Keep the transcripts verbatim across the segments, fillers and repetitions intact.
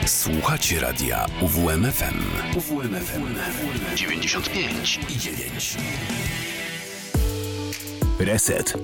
Słuchacie radia U W M F M. U W M F M dziewięćdziesiąt pięć i dziewięć. Reset.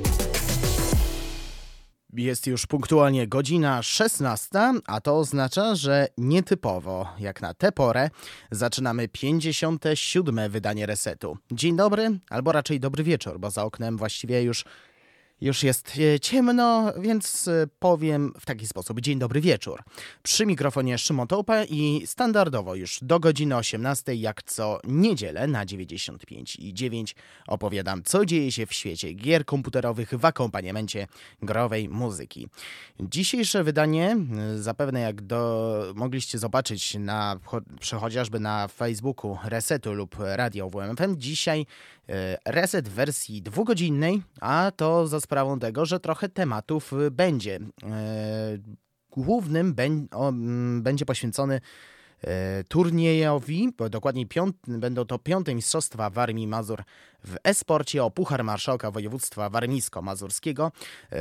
Jest już punktualnie godzina szesnasta, a to oznacza, że nietypowo, jak na tę porę, zaczynamy pięćdziesiąte siódme wydanie Resetu. Dzień dobry, albo raczej dobry wieczór, bo za oknem właściwie już, już jest ciemno, więc powiem w taki sposób. Dzień dobry wieczór. Przy mikrofonie Szymon Tołpa i standardowo już do godziny osiemnastej, jak co niedzielę na dziewięćdziesiąt pięć i dziewięć opowiadam, co dzieje się w świecie gier komputerowych w akompaniamencie growej muzyki. Dzisiejsze wydanie, zapewne jak do, mogliście zobaczyć na, chociażby na Facebooku Resetu lub Radio U W M F M, dzisiaj reset w wersji dwugodzinnej, a to za sprawą tego, że trochę tematów będzie. Głównym będzie poświęcony turniejowi, bo dokładniej piąt, będą to piąte mistrzostwa Warmii i Mazur w e-sporcie o Puchar Marszałka Województwa Warmińsko-Mazurskiego.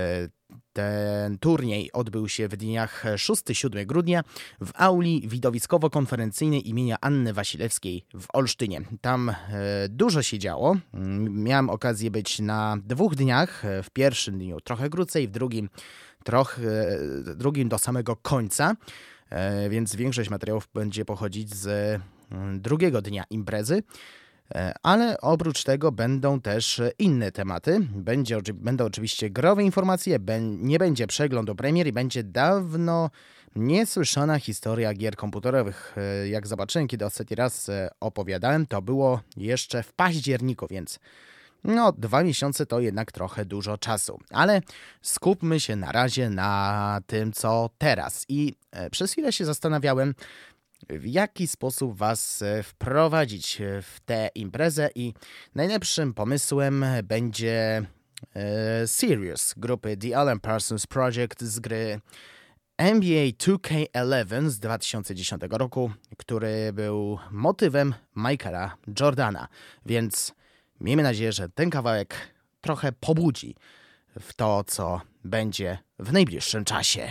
Ten turniej odbył się w dniach szóstego do siódmego grudnia w auli widowiskowo-konferencyjnej imienia Anny Wasilewskiej w Olsztynie. Tam dużo się działo. Miałem okazję być na dwóch dniach. W pierwszym dniu trochę krócej, w drugim, trochę, drugim do samego końca. Więc większość materiałów będzie pochodzić z drugiego dnia imprezy, ale oprócz tego będą też inne tematy. Będzie, będą oczywiście growe informacje, nie będzie przeglądu premier i będzie dawno niesłyszana historia gier komputerowych. Jak zobaczyłem, kiedy ostatni raz opowiadałem, to było jeszcze w październiku, więc no, dwa miesiące to jednak trochę dużo czasu, ale skupmy się na razie na tym, co teraz. I przez chwilę się zastanawiałem, w jaki sposób was wprowadzić w tę imprezę i najlepszym pomysłem będzie e, Serious grupy The Alan Parsons Project z gry N B A two K eleven z dwa tysiące dziesiątego roku, który był motywem Michaela Jordana, więc miejmy nadzieję, że ten kawałek trochę pobudzi w to, co będzie w najbliższym czasie.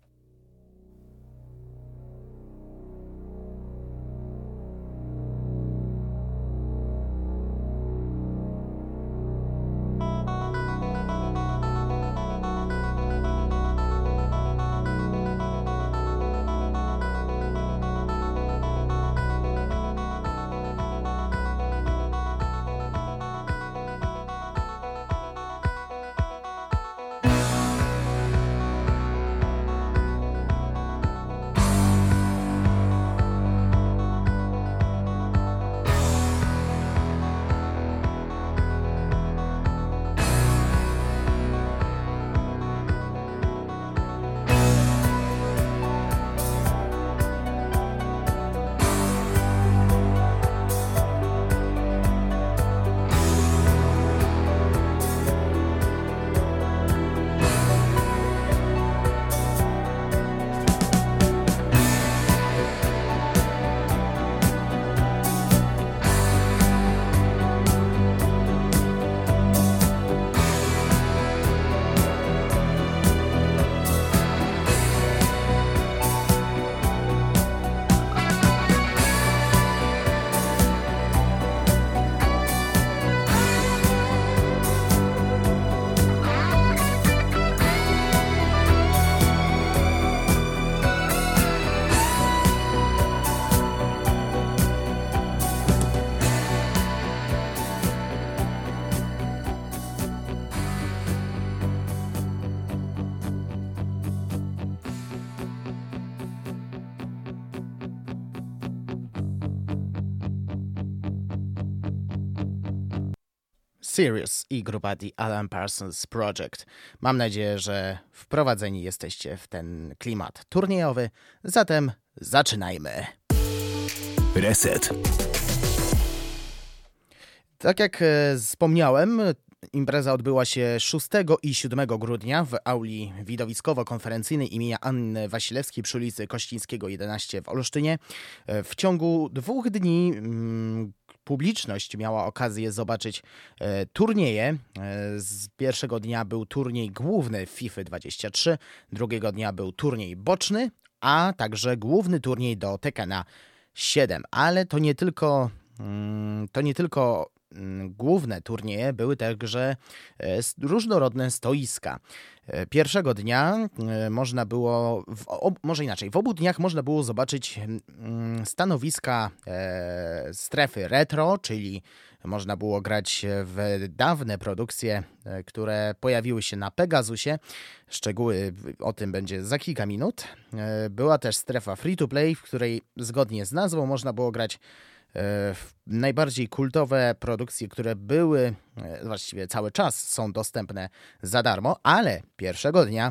Serious i grupa The Alan Parsons Project. Mam nadzieję, że wprowadzeni jesteście w ten klimat turniejowy, zatem zaczynajmy. Reset. Tak jak e, wspomniałem, impreza odbyła się szóstego i siódmego grudnia w auli widowiskowo-konferencyjnej imienia Anny Wasilewskiej przy ulicy Kościńskiego jedenaście w Olsztynie. E, w ciągu dwóch dni mm, publiczność miała okazję zobaczyć e, turnieje. E, z pierwszego dnia był turniej główny FIFA dwadzieścia trzy, drugiego dnia był turniej boczny, a także główny turniej do Tekena siedem. Ale to nie tylko, to nie tylko główne turnieje, były także różnorodne stoiska. Pierwszego dnia można było, w, może inaczej, w obu dniach można było zobaczyć stanowiska strefy retro, czyli można było grać w dawne produkcje, które pojawiły się na Pegasusie. Szczegóły o tym będzie za kilka minut. Była też strefa free to play, w której zgodnie z nazwą można było grać w najbardziej kultowe produkcje, które były, właściwie cały czas są dostępne za darmo, ale pierwszego dnia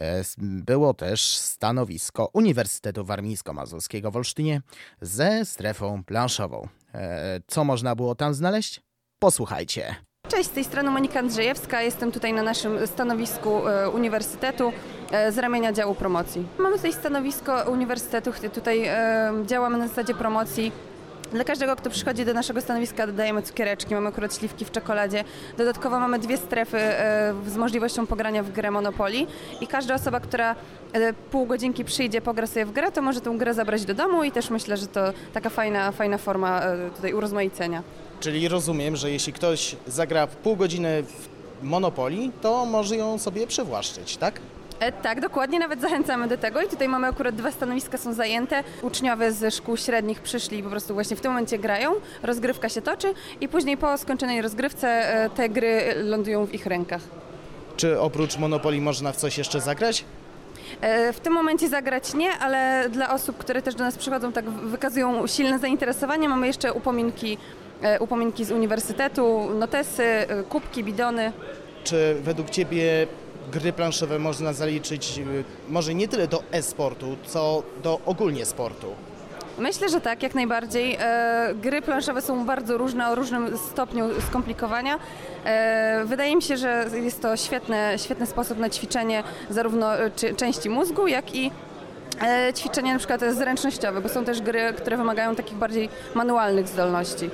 było też stanowisko Uniwersytetu Warmińsko-Mazurskiego w Olsztynie ze strefą planszową. Co można było tam znaleźć? Posłuchajcie. Cześć, z tej strony Monika Andrzejewska. Jestem tutaj na naszym stanowisku Uniwersytetu z ramienia działu promocji. Mamy tutaj stanowisko Uniwersytetu, tutaj działamy na zasadzie promocji. Dla każdego, kto przychodzi do naszego stanowiska, dodajemy cukiereczki, mamy akurat śliwki w czekoladzie. Dodatkowo mamy dwie strefy z możliwością pogrania w grę Monopoly i każda osoba, która pół godzinki przyjdzie, pogra sobie w grę, to może tę grę zabrać do domu i też myślę, że to taka fajna, fajna forma tutaj urozmaicenia. Czyli rozumiem, że jeśli ktoś zagra pół godziny w Monopoly, to może ją sobie przywłaszczyć, tak? E, tak, dokładnie, nawet zachęcamy do tego i tutaj mamy akurat dwa stanowiska są zajęte. Uczniowie ze szkół średnich przyszli i po prostu właśnie w tym momencie grają, rozgrywka się toczy i później po skończonej rozgrywce e, te gry lądują w ich rękach. Czy oprócz Monopoly można w coś jeszcze zagrać? E, w tym momencie zagrać nie, ale dla osób, które też do nas przychodzą, tak wykazują silne zainteresowanie, mamy jeszcze upominki, e, upominki z uniwersytetu, notesy, e, kubki, bidony. Czy według Ciebie gry planszowe można zaliczyć może nie tyle do e-sportu, co do ogólnie sportu? Myślę, że tak, jak najbardziej. E, gry planszowe są bardzo różne, o różnym stopniu skomplikowania. E, wydaje mi się, że jest to świetne, świetny sposób na ćwiczenie zarówno czy, części mózgu, jak i e, ćwiczenie na przykład zręcznościowe, bo są też gry, które wymagają takich bardziej manualnych zdolności.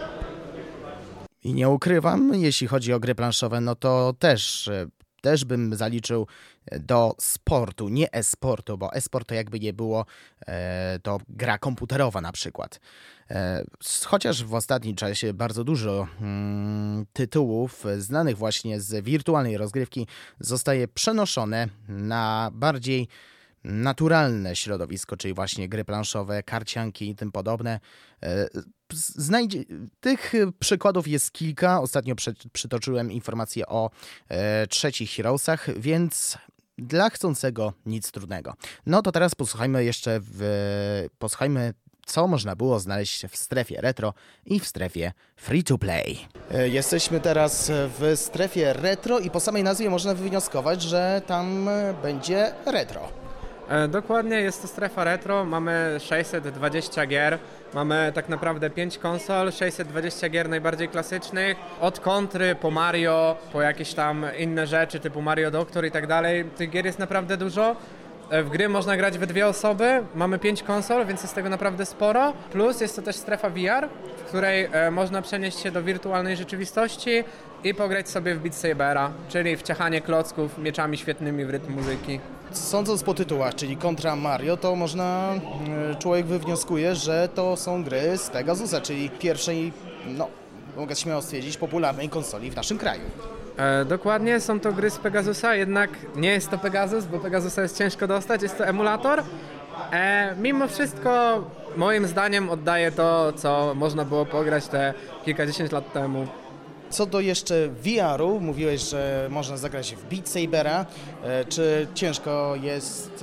I nie ukrywam, jeśli chodzi o gry planszowe, no to też... Też bym zaliczył do sportu, nie e-sportu, bo e-sport to jakby nie było, e, to gra komputerowa na przykład. E, chociaż w ostatnim czasie bardzo dużo mm, tytułów znanych właśnie z wirtualnej rozgrywki zostaje przenoszone na bardziej naturalne środowisko, czyli właśnie gry planszowe, karcianki i tym podobne. Znajdzie... Tych przykładów jest kilka. Ostatnio przy... przytoczyłem informacje o e, trzecich Heroesach, więc dla chcącego nic trudnego. No to teraz posłuchajmy jeszcze w... posłuchajmy, co można było znaleźć w strefie retro i w strefie free to play. Jesteśmy teraz w strefie retro i po samej nazwie można wywnioskować, że tam będzie retro. E, dokładnie, jest to strefa retro, mamy sześćset dwadzieścia gier, mamy tak naprawdę pięć konsol, sześćset dwadzieścia gier najbardziej klasycznych, od kontry po Mario, po jakieś tam inne rzeczy typu Mario Doctor i tak dalej. Tych gier jest naprawdę dużo. E, w gry można grać we dwie osoby, mamy pięć konsol, więc jest tego naprawdę sporo. Plus jest to też strefa V R, w której e, można przenieść się do wirtualnej rzeczywistości i pograć sobie w Beat Sabera, czyli w ciachanie klocków mieczami świetnymi w rytm muzyki. Sądząc po tytułach, czyli Contra Mario, to można, człowiek wywnioskuje, że to są gry z Pegasusa, czyli pierwszej, no, mogę śmiało stwierdzić, popularnej konsoli w naszym kraju. E, dokładnie, są to gry z Pegasusa, jednak nie jest to Pegasus, bo Pegasusa jest ciężko dostać, jest to emulator. E, mimo wszystko, moim zdaniem oddaje to, co można było pograć te kilkadziesiąt lat temu. Co do jeszcze V R-u, mówiłeś, że można zagrać w Beat Sabera. Czy ciężko jest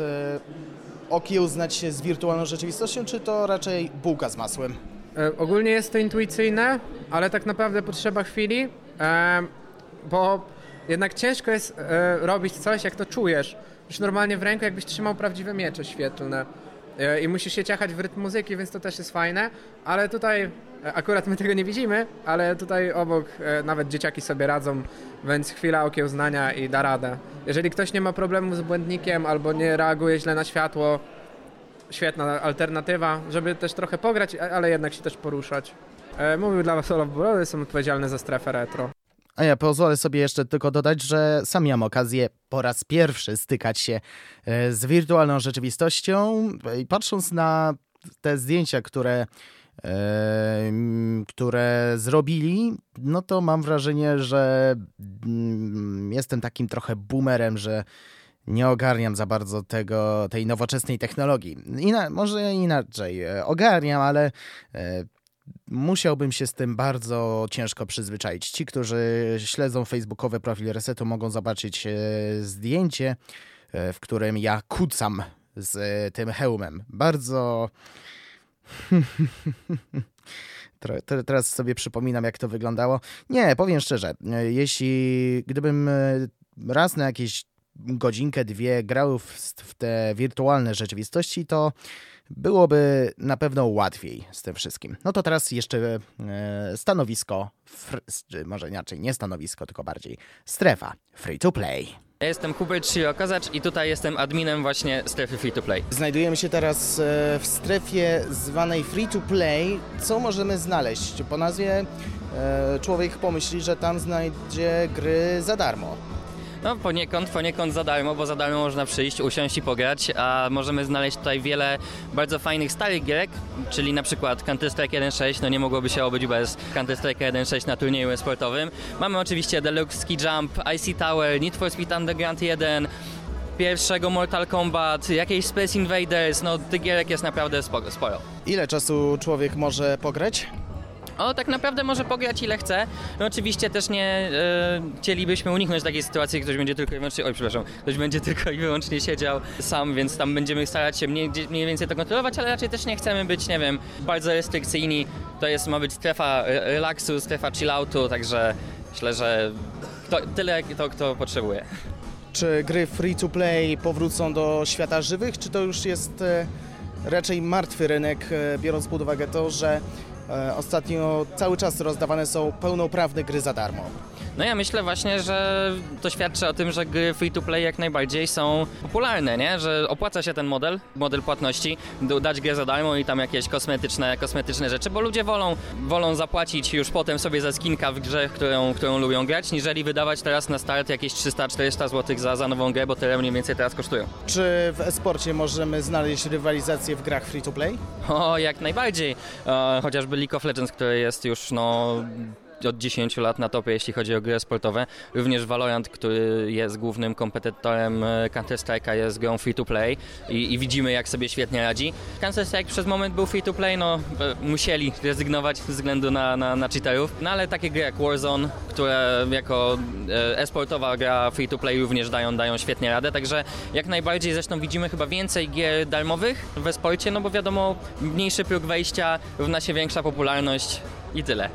okiełznać się z wirtualną rzeczywistością, czy to raczej bułka z masłem? E, ogólnie jest to intuicyjne, ale tak naprawdę potrzeba chwili, e, bo jednak ciężko jest e, robić coś, jak to czujesz. Już normalnie w ręku jakbyś trzymał prawdziwe miecze świetlne e, i musisz się ciachać w rytm muzyki, więc to też jest fajne, ale tutaj akurat my tego nie widzimy, ale tutaj obok e, nawet dzieciaki sobie radzą, więc chwila okiełznania i da radę. Jeżeli ktoś nie ma problemu z błędnikiem albo nie reaguje źle na światło, świetna alternatywa, żeby też trochę pograć, ale jednak się też poruszać. E, mówił dla was Olaf Borody, jestem odpowiedzialny za strefę retro. A ja pozwolę sobie jeszcze tylko dodać, że sam miałem okazję po raz pierwszy stykać się z wirtualną rzeczywistością i patrząc na te zdjęcia, które, e, które zrobili, no to mam wrażenie, że jestem takim trochę boomerem, że nie ogarniam za bardzo tego, tej nowoczesnej technologii. Ina, może inaczej, ogarniam, ale e, musiałbym się z tym bardzo ciężko przyzwyczaić. Ci, którzy śledzą facebookowy profil Resetu, mogą zobaczyć e, zdjęcie, e, w którym ja kucam z e, tym hełmem. Bardzo... Teraz sobie przypominam, jak to wyglądało. Nie, powiem szczerze, jeśli gdybym raz na jakieś godzinkę, dwie grał w, w te wirtualne rzeczywistości, to byłoby na pewno łatwiej z tym wszystkim. No to teraz jeszcze e, stanowisko, fr, może inaczej, nie stanowisko, tylko bardziej strefa free to play. Ja jestem Hubert Shiro-Kozacz i tutaj jestem adminem właśnie strefy free to play. Znajdujemy się teraz e, w strefie zwanej free to play. Co możemy znaleźć? Po nazwie e, człowiek pomyśli, że tam znajdzie gry za darmo. No poniekąd, poniekąd za darmo, bo za darmo można przyjść, usiąść i pograć, a możemy znaleźć tutaj wiele bardzo fajnych starych gierek, czyli na przykład Counter-Strike jeden sześć, no nie mogłoby się obyć bez Counter-Strike jeden sześć na turnieju e-sportowym. Mamy oczywiście Deluxe Ski Jump, I C Tower, Need for Speed Underground jeden, pierwszego Mortal Kombat, jakieś Space Invaders, no tych gierek jest naprawdę sporo. sporo. Ile czasu człowiek może pograć? O, tak naprawdę może pograć ile chce. No oczywiście też nie e, chcielibyśmy uniknąć takiej sytuacji, ktoś będzie tylko i wyłącznie, oj przepraszam, ktoś będzie tylko i wyłącznie siedział sam, więc tam będziemy starać się mniej, mniej więcej to kontrolować, ale raczej też nie chcemy być, nie wiem, bardzo restrykcyjni. To jest, ma być strefa relaksu, strefa chilloutu, także myślę, że to, tyle to kto potrzebuje. Czy gry free to play powrócą do świata żywych, czy to już jest e, raczej martwy rynek, e, biorąc pod uwagę to, że ostatnio cały czas rozdawane są pełnoprawne gry za darmo? No ja myślę właśnie, że to świadczy o tym, że gry free to play jak najbardziej są popularne, nie? Że opłaca się ten model, model płatności, dać grę za darmo i tam jakieś kosmetyczne, kosmetyczne rzeczy, bo ludzie wolą, wolą zapłacić już potem sobie za skinka w grze, którą, którą lubią grać, niżeli wydawać teraz na start jakieś trzysta czterysta złotych za, za nową grę, bo tyle mniej więcej teraz kosztują. Czy w e-sporcie możemy znaleźć rywalizację w grach free to play? O, jak najbardziej. E, chociażby League of Legends, który jest już no... od dziesięciu lat na topie, jeśli chodzi o gry sportowe. Również Valorant, który jest głównym kompetytorem Counter-Strike'a, jest grą free-to-play i, i widzimy, jak sobie świetnie radzi. Counter-Strike przez moment był free-to-play, no musieli rezygnować ze względu na, na, na cheaterów, no ale takie gry jak Warzone, które jako e-sportowa gra free-to-play również dają, dają świetnie radę, także jak najbardziej, zresztą widzimy chyba więcej gier darmowych w e-sporcie, no bo wiadomo, mniejszy próg wejścia równa się większa popularność i tyle.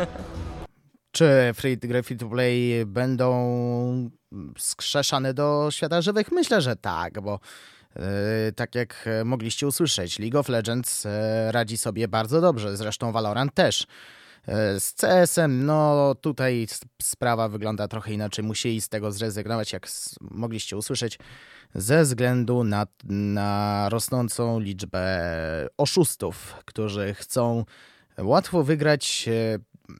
Czy free, gry free to play będą skrzeszane do świata żywych? Myślę, że tak, bo yy, tak jak mogliście usłyszeć, League of Legends yy, radzi sobie bardzo dobrze, zresztą Valorant też. Yy, z C S em, no tutaj sprawa wygląda trochę inaczej, musieli z tego zrezygnować, jak s- mogliście usłyszeć, ze względu na, na rosnącą liczbę oszustów, którzy chcą łatwo wygrać yy,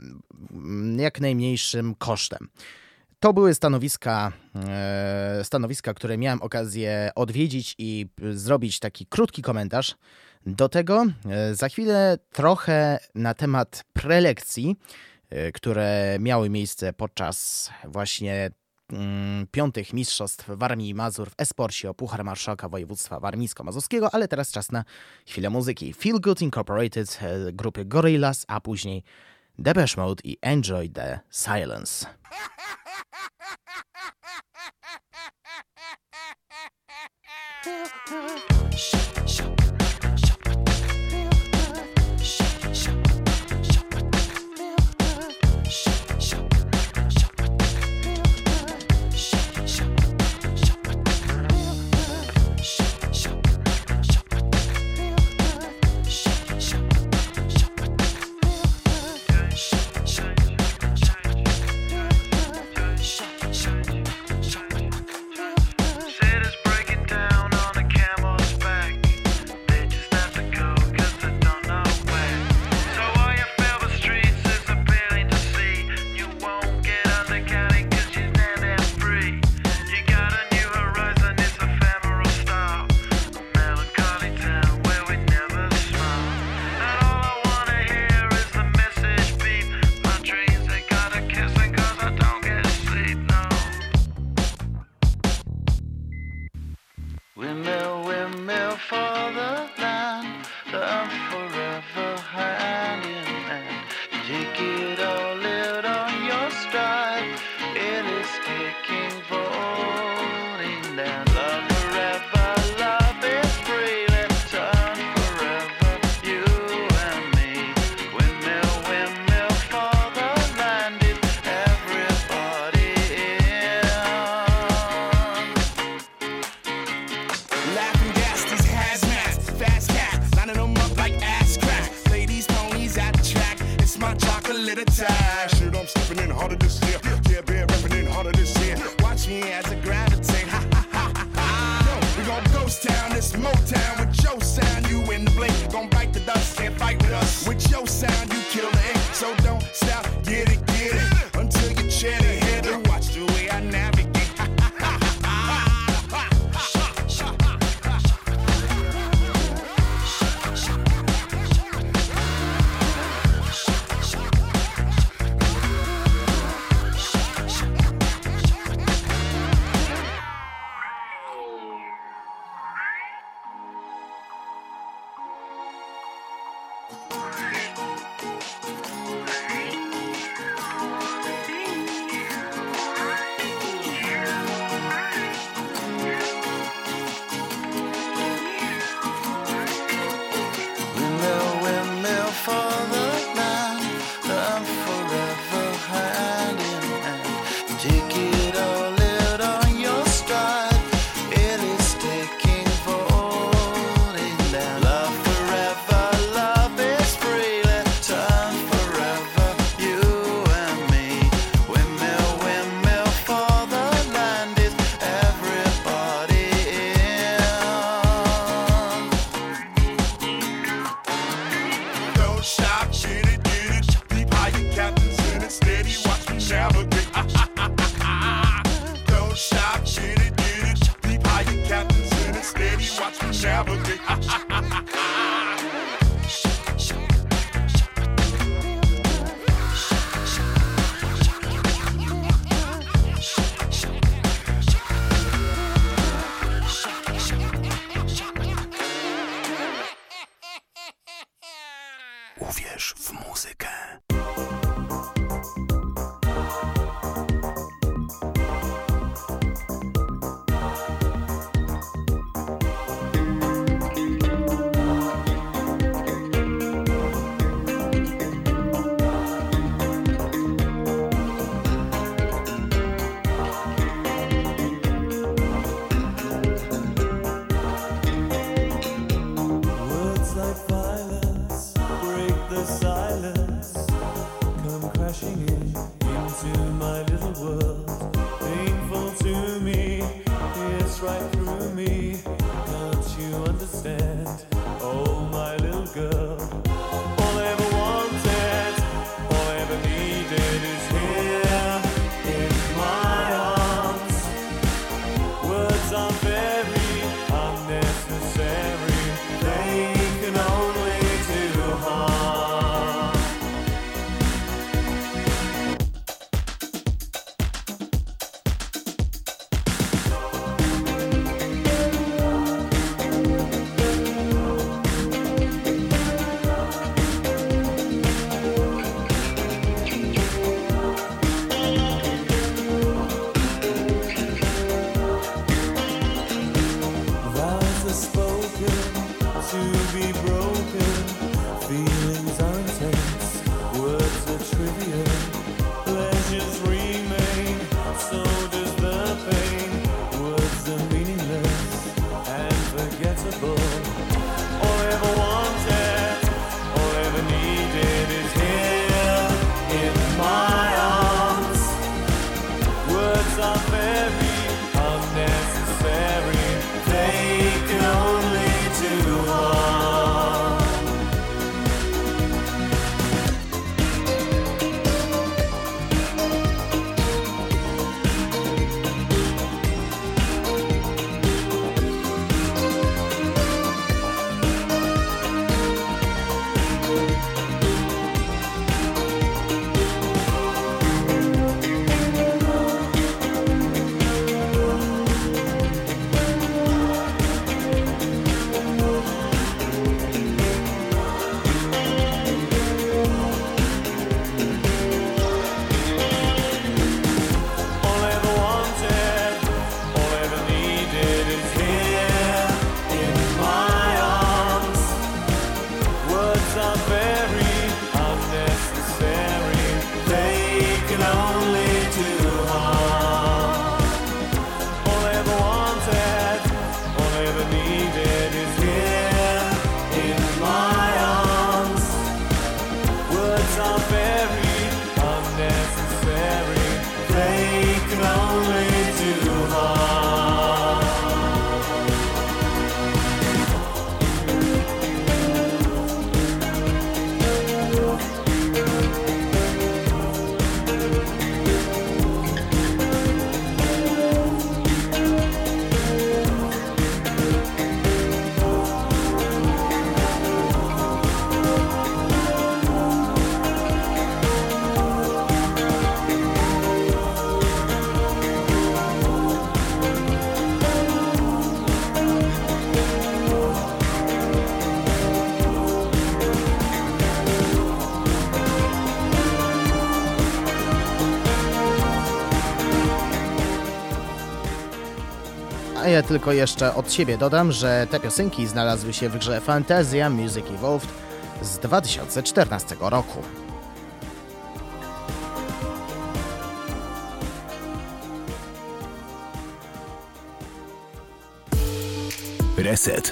jak najmniejszym kosztem. To były stanowiska, e, stanowiska, które miałem okazję odwiedzić i zrobić taki krótki komentarz do tego. E, za chwilę trochę na temat prelekcji, e, które miały miejsce podczas właśnie mm, piątych mistrzostw Warmii i Mazur w e-sporcie o Puchar Marszałka Województwa Warmińsko-Mazurskiego, ale teraz czas na chwilę muzyki. Feel Good Incorporated e, grupy Gorillaz, a później Depeche Mode i Enjoy the Silence. Said it's breaking down on a camel's back. little time. Shit, I'm stepping in harder this year. Yeah, been repping in harder this year. Watch me as I gravitate. Ha ha ha ha ha. Yo, we gon' ghost town, this Motown with your sound. You in the blink, gon' bite the dust, can't fight with us. With your sound, you kill the ink. So don't stop, get it, get it until you chat ahead and watch the way I navigate. Uwierz w muzykę. ja tylko jeszcze od siebie dodam, że te piosenki znalazły się w grze Fantasia Music Evolved z dwa tysiące czternastego roku. Reset.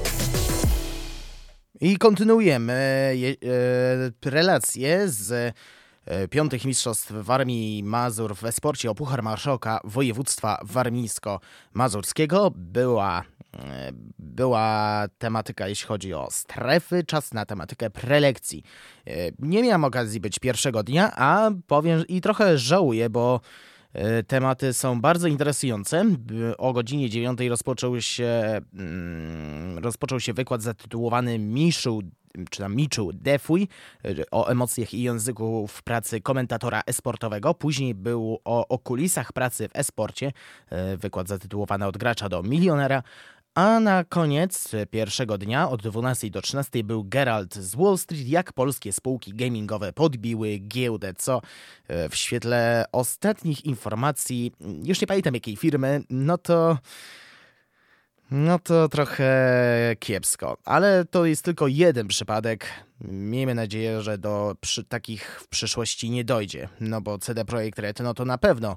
I kontynuujemy je, e, relacje z e, piątych mistrzostw Warmii i Mazur w e-sporcie o Puchar Marszałka Województwa Warmińsko-Mazurskiego. Była, e, była tematyka, jeśli chodzi o strefy, czas na tematykę prelekcji. E, nie miałem okazji być pierwszego dnia, a powiem i trochę żałuję, bo tematy są bardzo interesujące. O godzinie dziewiątej rozpoczął się, rozpoczął się wykład zatytułowany Miszu, czy tam Miczu Defuj, o emocjach i języku w pracy komentatora e-sportowego. Później był o, o kulisach pracy w e-sporcie, wykład zatytułowany Od gracza do milionera. A na koniec pierwszego dnia od dwunastej do trzynastej był Geralt z Wall Street, jak polskie spółki gamingowe podbiły giełdę, co w świetle ostatnich informacji, już nie pamiętam jakiej firmy, no to... No to trochę kiepsko, ale to jest tylko jeden przypadek. Miejmy nadzieję, że do przy, takich w przyszłości nie dojdzie, no bo C D Projekt Red no to na pewno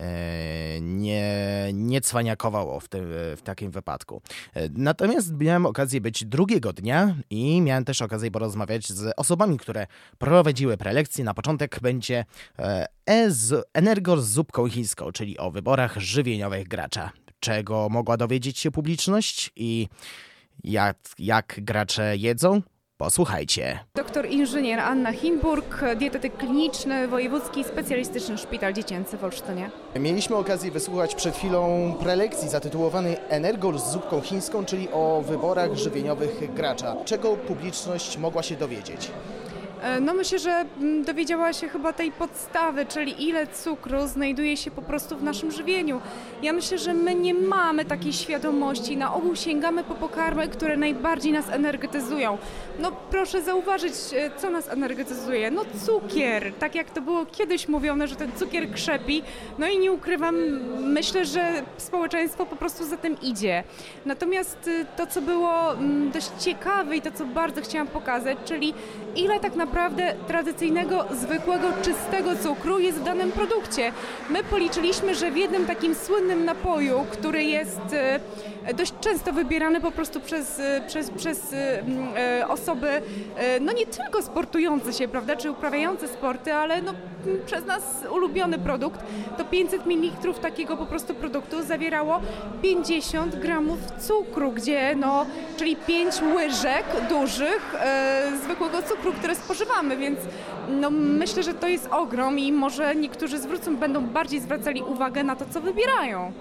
e, nie, nie cwaniakowało w, tym, w takim wypadku. E, natomiast miałem okazję być drugiego dnia i miałem też okazję porozmawiać z osobami, które prowadziły prelekcje. Na początek będzie e, Energor z zupką chińską, czyli o wyborach żywieniowych gracza. Czego mogła dowiedzieć się publiczność i jak, jak gracze jedzą? Posłuchajcie. Doktor inżynier Anna Himburg, dietetyk kliniczny, Wojewódzki Specjalistyczny Szpital Dziecięcy w Olsztynie. Mieliśmy okazję wysłuchać przed chwilą prelekcji zatytułowanej Energol z zupką chińską, czyli o wyborach żywieniowych gracza. Czego publiczność mogła się dowiedzieć? No myślę, że dowiedziała się chyba tej podstawy, czyli ile cukru znajduje się po prostu w naszym żywieniu. Ja myślę, że my nie mamy takiej świadomości. Na ogół sięgamy po pokarmy, które najbardziej nas energetyzują. No proszę zauważyć, co nas energetyzuje. No cukier, tak jak to było kiedyś mówione, że ten cukier krzepi. No i nie ukrywam, myślę, że społeczeństwo po prostu za tym idzie. Natomiast to, co było dość ciekawe i to, co bardzo chciałam pokazać, czyli ile tak naprawdę naprawdę tradycyjnego, zwykłego, czystego cukru jest w danym produkcie. My policzyliśmy, że w jednym takim słynnym napoju, który jest dość często wybierany po prostu przez, przez, przez osoby, no nie tylko sportujące się, prawda, czy uprawiające sporty, ale no przez nas ulubiony produkt, to pięćset mililitrów takiego po prostu produktu zawierało pięćdziesiąt gramów cukru, gdzie no, czyli pięć łyżek dużych e, zwykłego cukru, które spożywamy, więc no myślę, że to jest ogrom i może niektórzy zwrócą, będą bardziej zwracali uwagę na to, co wybierają.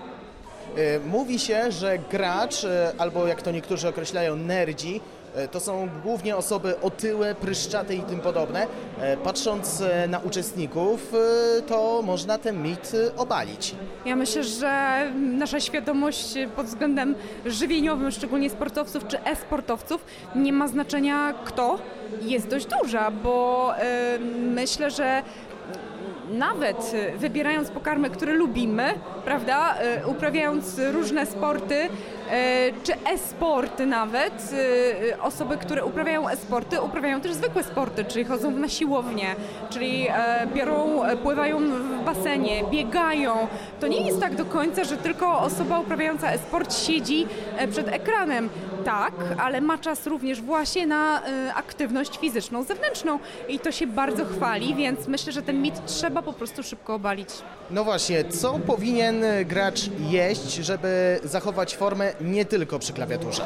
Mówi się, że gracz, albo jak to niektórzy określają, nerdzi, to są głównie osoby otyłe, pryszczate i tym podobne. Patrząc na uczestników, to można ten mit obalić. Ja myślę, że nasza świadomość pod względem żywieniowym, szczególnie sportowców czy e-sportowców, nie ma znaczenia kto, jest dość duża, bo yy, myślę, że nawet wybierając pokarmy, które lubimy, prawda, uprawiając różne sporty, czy e-sporty nawet, osoby, które uprawiają e-sporty, uprawiają też zwykłe sporty, czyli chodzą na siłownię, czyli biorą, pływają w basenie, biegają. To nie jest tak do końca, że tylko osoba uprawiająca e-sport siedzi przed ekranem. Tak, ale ma czas również właśnie na aktywność fizyczną, zewnętrzną i to się bardzo chwali, więc myślę, że ten mit trzeba po prostu szybko obalić. No właśnie, co powinien gracz jeść, żeby zachować formę nie tylko przy klawiaturze?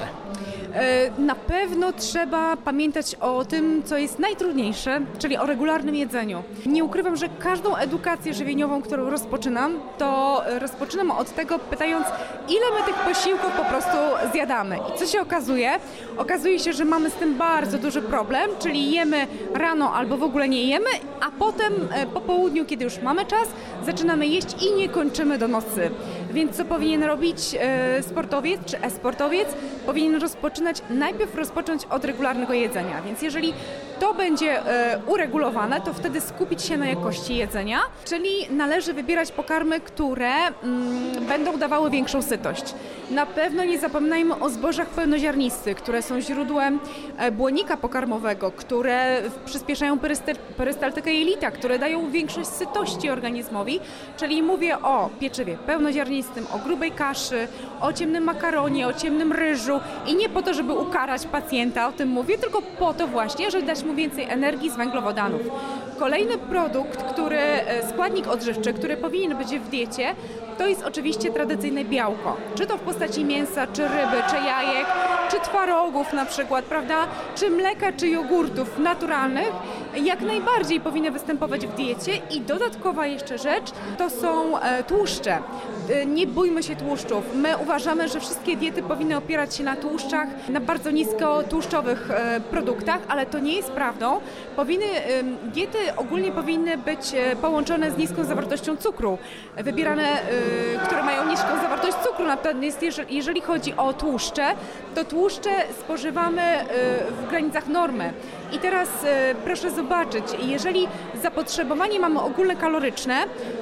Na pewno trzeba pamiętać o tym, co jest najtrudniejsze, czyli o regularnym jedzeniu. Nie ukrywam, że każdą edukację żywieniową, którą rozpoczynam, to rozpoczynam od tego, pytając, ile my tych posiłków po prostu zjadamy. I co się okazuje? Okazuje się, że mamy z tym bardzo duży problem, czyli jemy rano albo w ogóle nie jemy, a potem po południu, kiedy już mamy czas, zaczynamy jeść i nie kończymy do nocy. Więc co powinien robić e, sportowiec czy e-sportowiec? Powinien rozpoczynać, najpierw rozpocząć od regularnego jedzenia. Więc jeżeli to będzie e, uregulowane, to wtedy skupić się na jakości jedzenia, czyli należy wybierać pokarmy, które mm, będą dawały większą sytość. Na pewno nie zapominajmy o zbożach pełnoziarnistych, które są źródłem e, błonnika pokarmowego, które przyspieszają perystal- perystaltykę jelita, które dają większość sytości organizmowi, czyli mówię o pieczywie pełnoziarnistym, o grubej kaszy, o ciemnym makaronie, o ciemnym ryżu i nie po to, żeby ukarać pacjenta, o tym mówię, tylko po to właśnie, żeby dać mu więcej energii z węglowodanów. Kolejny produkt, który, składnik odżywczy, który powinien być w diecie, to jest oczywiście tradycyjne białko. Czy to w postaci mięsa, czy ryby, czy jajek, czy twarogów na przykład, prawda? Czy mleka, czy jogurtów naturalnych, jak najbardziej powinny występować w diecie. I dodatkowa jeszcze rzecz, to są e, tłuszcze. E, nie bójmy się tłuszczów. My uważamy, że wszystkie diety powinny opierać się na tłuszczach, na bardzo niskotłuszczowych e, produktach, ale to nie jest prawdą. Powinny, e, diety ogólnie powinny być e, połączone z niską zawartością cukru. Wybierane e, które mają niską zawartość cukru. Natomiast jeżeli, jeżeli chodzi o tłuszcze, to tłuszcze spożywamy w granicach normy. I teraz proszę zobaczyć, jeżeli zapotrzebowanie mamy ogólne kaloryczne,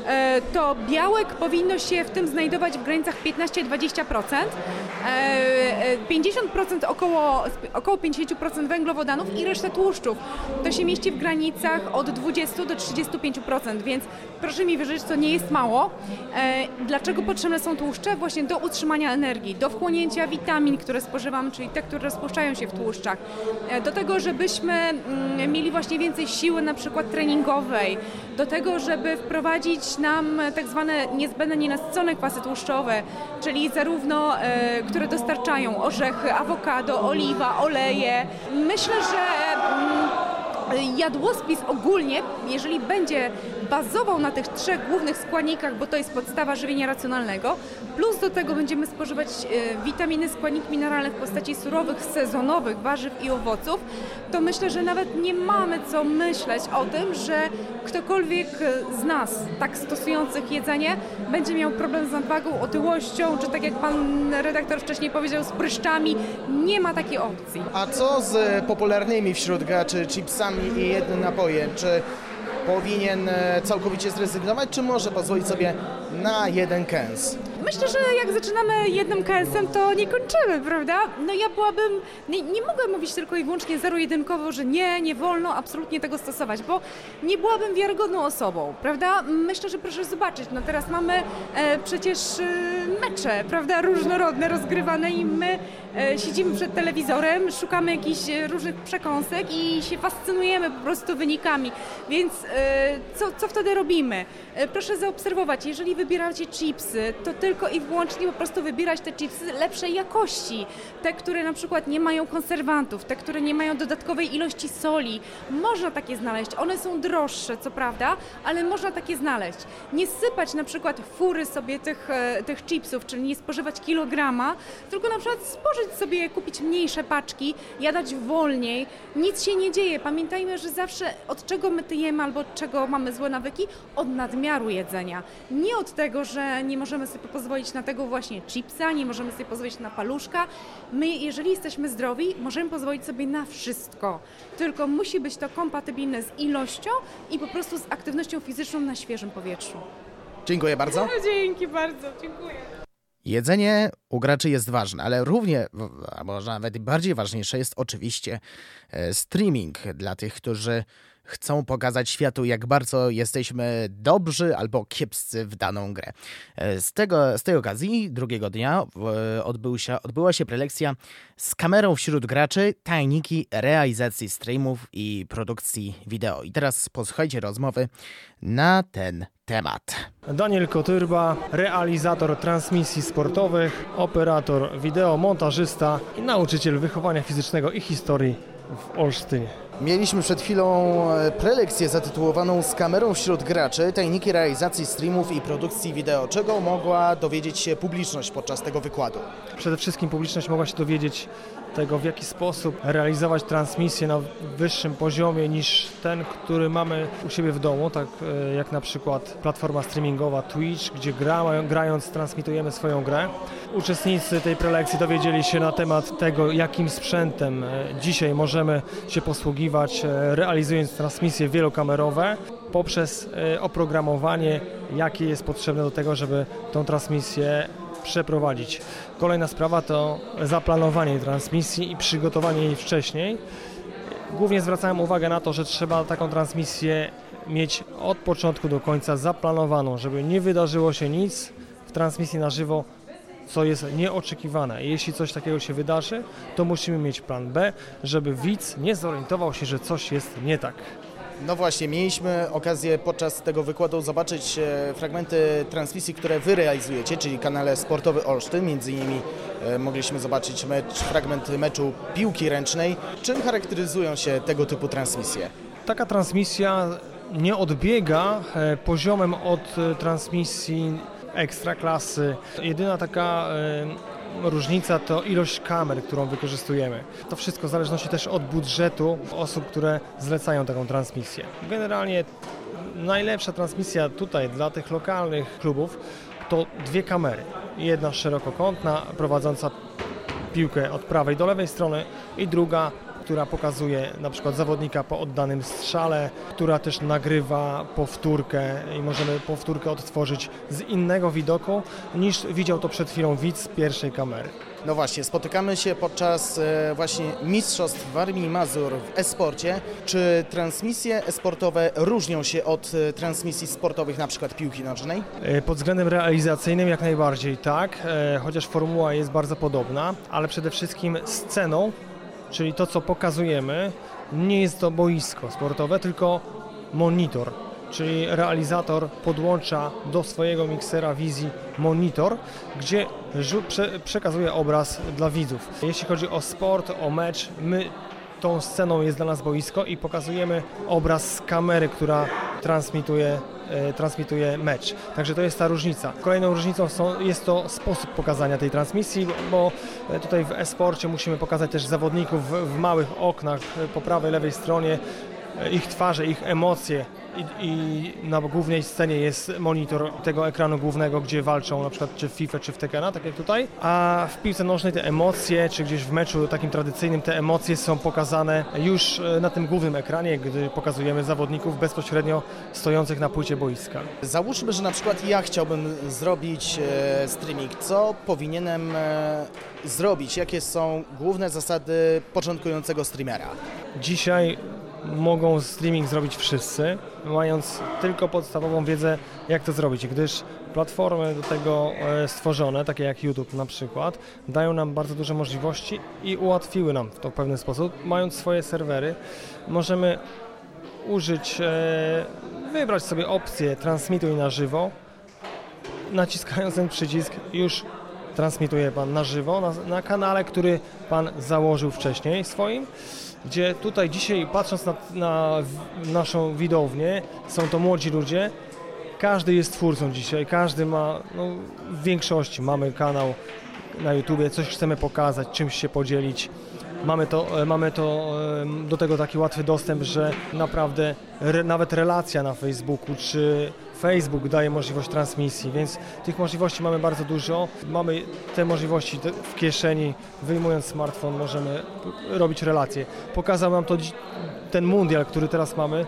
to białek powinno się w tym znajdować w granicach piętnaście do dwudziestu procent, pięćdziesiąt procent około, około pięćdziesiąt procent węglowodanów i resztę tłuszczów. To się mieści w granicach od dwudziestu do trzydziestu pięciu procent, więc proszę mi wierzyć, to nie jest mało. Dlaczego potrzebne są tłuszcze? Właśnie do utrzymania energii, do wchłonięcia witamin, które spożywamy, czyli te, które rozpuszczają się w tłuszczach, do tego, żebyśmy mieli właśnie więcej siły na przykład treningowej, do tego, żeby wprowadzić nam tak zwane niezbędne nienasycone kwasy tłuszczowe, czyli zarówno, e, które dostarczają orzechy, awokado, oliwa, oleje. Myślę, że mm, jadłospis ogólnie, jeżeli będzie bazował na tych trzech głównych składnikach, bo to jest podstawa żywienia racjonalnego, plus do tego będziemy spożywać e, witaminy, składniki mineralne w postaci surowych, sezonowych warzyw i owoców, to myślę, że nawet nie mamy co myśleć o tym, że ktokolwiek z nas, tak stosujących jedzenie, będzie miał problem z nadwagą, otyłością, czy tak jak pan redaktor wcześniej powiedział, z pryszczami. Nie ma takiej opcji. A co z popularnymi wśród graczy chipsami i jednym napojem? Czy powinien całkowicie zrezygnować, czy może pozwolić sobie na jeden kęs? Myślę, że jak zaczynamy jednym kęsem, to nie kończymy, prawda? No ja byłabym, nie, nie mogę mówić tylko i wyłącznie zero-jedynkowo, że nie, nie wolno absolutnie tego stosować, bo nie byłabym wiarygodną osobą, prawda? Myślę, że proszę zobaczyć, no teraz mamy e, przecież e, mecze, prawda, różnorodne, rozgrywane i my e, siedzimy przed telewizorem, szukamy jakichś różnych przekąsek i się fascynujemy po prostu wynikami, więc e, co, co wtedy robimy? E, proszę zaobserwować, jeżeli wybieracie chipsy, to tylko i wyłącznie po prostu wybierać te chipsy lepszej jakości. Te, które na przykład nie mają konserwantów, te, które nie mają dodatkowej ilości soli. Można takie znaleźć. One są droższe, co prawda, ale można takie znaleźć. Nie sypać na przykład fury sobie tych, tych chipsów, czyli nie spożywać kilograma, tylko na przykład spożyć sobie, kupić mniejsze paczki, jadać wolniej. Nic się nie dzieje. Pamiętajmy, że zawsze od czego my tyjemy albo od czego mamy złe nawyki? Od nadmiaru jedzenia. Nie od tego, że nie możemy sobie pozwolić na tego właśnie chipsa, nie możemy sobie pozwolić na paluszka. My, jeżeli jesteśmy zdrowi, możemy pozwolić sobie na wszystko. Tylko musi być to kompatybilne z ilością i po prostu z aktywnością fizyczną na świeżym powietrzu. Dziękuję bardzo. Dzięki bardzo, dziękuję. Jedzenie u graczy jest ważne, ale równie, a może nawet bardziej ważniejsze jest oczywiście streaming dla tych, którzy chcą pokazać światu, jak bardzo jesteśmy dobrzy albo kiepscy w daną grę. Z, tego, z tej okazji drugiego dnia odbył się, odbyła się prelekcja z kamerą wśród graczy, tajniki realizacji streamów i produkcji wideo. I teraz posłuchajcie rozmowy na ten temat. Daniel Kotyrba, realizator transmisji sportowych, operator wideo, montażysta i nauczyciel wychowania fizycznego i historii w Olsztynie. Mieliśmy przed chwilą prelekcję zatytułowaną Z kamerą wśród graczy, tajniki realizacji streamów i produkcji wideo. Czego mogła dowiedzieć się publiczność podczas tego wykładu? Przede wszystkim publiczność mogła się dowiedzieć tego, w jaki sposób realizować transmisję na wyższym poziomie niż ten, który mamy u siebie w domu, tak jak na przykład platforma streamingowa Twitch, gdzie gra, grając transmitujemy swoją grę. Uczestnicy tej prelekcji dowiedzieli się na temat tego, jakim sprzętem dzisiaj możemy się posługiwać, realizując transmisje wielokamerowe poprzez oprogramowanie, jakie jest potrzebne do tego, żeby tą transmisję przeprowadzić. Kolejna sprawa to zaplanowanie transmisji i przygotowanie jej wcześniej. Głównie zwracałem uwagę na to, że trzeba taką transmisję mieć od początku do końca zaplanowaną, żeby nie wydarzyło się nic w transmisji na żywo, co jest nieoczekiwane. Jeśli coś takiego się wydarzy, to musimy mieć plan B, żeby widz nie zorientował się, że coś jest nie tak. No właśnie, mieliśmy okazję podczas tego wykładu zobaczyć e, fragmenty transmisji, które Wy realizujecie, czyli kanale Sportowy Olsztyn. Między innymi e, mogliśmy zobaczyć mecz, fragment meczu piłki ręcznej. Czym charakteryzują się tego typu transmisje? Taka transmisja nie odbiega e, poziomem od e, transmisji ekstraklasy. Jedyna taka e, różnica to ilość kamer, którą wykorzystujemy. To wszystko w zależności też od budżetu osób, które zlecają taką transmisję. Generalnie najlepsza transmisja tutaj dla tych lokalnych klubów to dwie kamery. Jedna szerokokątna, prowadząca piłkę od prawej do lewej strony i druga, która pokazuje na przykład zawodnika po oddanym strzale, która też nagrywa powtórkę i możemy powtórkę odtworzyć z innego widoku niż widział to przed chwilą widz z pierwszej kamery. No właśnie, spotykamy się podczas e, właśnie Mistrzostw Warmii i Mazur w e-sporcie. Czy transmisje e-sportowe różnią się od e, transmisji sportowych, na przykład piłki nożnej? Pod względem realizacyjnym jak najbardziej tak, e, chociaż formuła jest bardzo podobna, ale przede wszystkim sceną, czyli to, co pokazujemy, nie jest to boisko sportowe, tylko monitor, czyli realizator podłącza do swojego miksera wizji monitor, gdzie prze przekazuje obraz dla widzów. Jeśli chodzi o sport, o mecz, my tą sceną jest dla nas boisko i pokazujemy obraz z kamery, która transmituje, e, transmituje mecz. Także to jest ta różnica. Kolejną różnicą są, jest to sposób pokazania tej transmisji, bo tutaj w e-sporcie musimy pokazać też zawodników w, w małych oknach po prawej, lewej stronie, ich twarze, ich emocje i, i na głównej scenie jest monitor tego ekranu głównego, gdzie walczą na przykład czy w FIFA, czy w Tekena, tak jak tutaj, a w piłce nożnej te emocje, czy gdzieś w meczu takim tradycyjnym te emocje są pokazane już na tym głównym ekranie, gdy pokazujemy zawodników bezpośrednio stojących na płycie boiska. Załóżmy, że na przykład ja chciałbym zrobić e, streaming. Co powinienem e, zrobić? Jakie są główne zasady początkującego streamera? Dzisiaj mogą streaming zrobić wszyscy, mając tylko podstawową wiedzę, jak to zrobić, gdyż platformy do tego stworzone, takie jak YouTube na przykład, dają nam bardzo duże możliwości i ułatwiły nam to w pewien sposób. Mając swoje serwery, możemy użyć, wybrać sobie opcję transmituj na żywo, naciskając ten przycisk już transmituje Pan na żywo, na, na kanale, który Pan założył wcześniej swoim, gdzie tutaj dzisiaj, patrząc na, na naszą widownię, są to młodzi ludzie, każdy jest twórcą dzisiaj, każdy ma, no, w większości mamy kanał na YouTubie, coś chcemy pokazać, czymś się podzielić. Mamy to, mamy to do tego taki łatwy dostęp, że naprawdę re, nawet relacja na Facebooku czy Facebook daje możliwość transmisji, więc tych możliwości mamy bardzo dużo. Mamy te możliwości w kieszeni, wyjmując smartfon możemy robić relacje. Pokazał nam to ten mundial, który teraz mamy,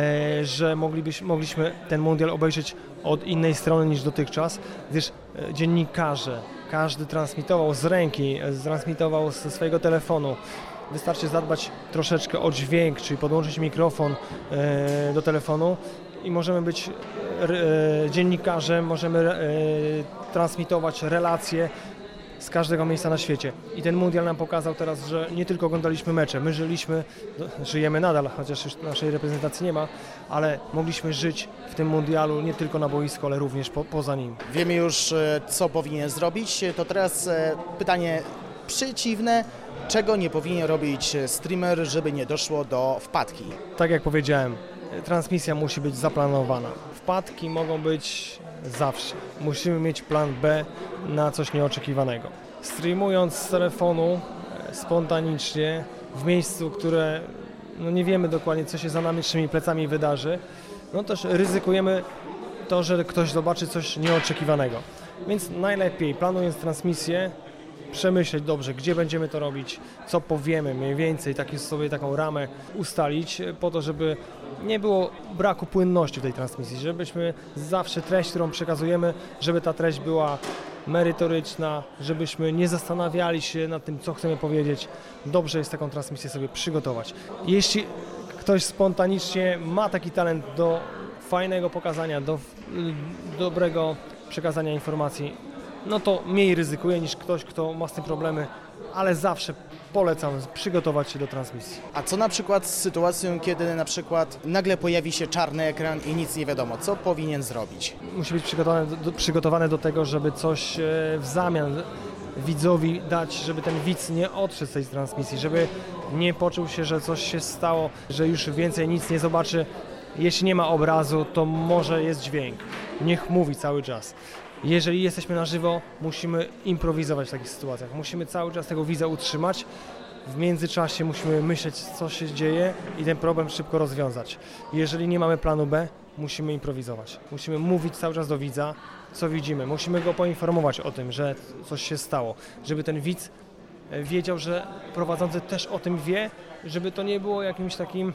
że moglibyśmy, mogliśmy ten mundial obejrzeć od innej strony niż dotychczas, gdyż dziennikarze, każdy transmitował z ręki, transmitował ze swojego telefonu. Wystarczy zadbać troszeczkę o dźwięk, czyli podłączyć mikrofon do telefonu i możemy być dziennikarzem, możemy transmitować relacje z każdego miejsca na świecie. I ten mundial nam pokazał teraz, że nie tylko oglądaliśmy mecze, my żyliśmy, żyjemy nadal, chociaż już naszej reprezentacji nie ma, ale mogliśmy żyć w tym mundialu nie tylko na boisku, ale również po, poza nim. Wiemy już, co powinien zrobić, to teraz pytanie przeciwne. Czego nie powinien robić streamer, żeby nie doszło do wpadki? Tak jak powiedziałem, transmisja musi być zaplanowana. Wpadki mogą być zawsze. Musimy mieć plan B na coś nieoczekiwanego. Streamując z telefonu spontanicznie, w miejscu, które no nie wiemy dokładnie, co się za naszymi plecami wydarzy, no też ryzykujemy to, że ktoś zobaczy coś nieoczekiwanego. Więc najlepiej, planując transmisję, przemyśleć dobrze, gdzie będziemy to robić, co powiemy mniej więcej, taki sobie taką ramę ustalić, po to, żeby nie było braku płynności w tej transmisji, żebyśmy zawsze treść, którą przekazujemy, żeby ta treść była merytoryczna, żebyśmy nie zastanawiali się nad tym, co chcemy powiedzieć. Dobrze jest taką transmisję sobie przygotować. Jeśli ktoś spontanicznie ma taki talent do fajnego pokazania, do dobrego przekazania informacji, no to mniej ryzykuje niż ktoś, kto ma z tym problemy, ale zawsze polecam przygotować się do transmisji. A co na przykład z sytuacją, kiedy na przykład nagle pojawi się czarny ekran i nic nie wiadomo, co powinien zrobić? Musi być przygotowany do, przygotowany do tego, żeby coś w zamian widzowi dać, żeby ten widz nie odszedł z tej transmisji, żeby nie poczuł się, że coś się stało, że już więcej nic nie zobaczy. Jeśli nie ma obrazu, to może jest dźwięk. Niech mówi cały czas. Jeżeli jesteśmy na żywo, musimy improwizować w takich sytuacjach. Musimy cały czas tego widza utrzymać. W międzyczasie musimy myśleć, co się dzieje i ten problem szybko rozwiązać. Jeżeli nie mamy planu B, musimy improwizować. Musimy mówić cały czas do widza, co widzimy. Musimy go poinformować o tym, że coś się stało, żeby ten widz wiedział, że prowadzący też o tym wie, żeby to nie było jakimś takim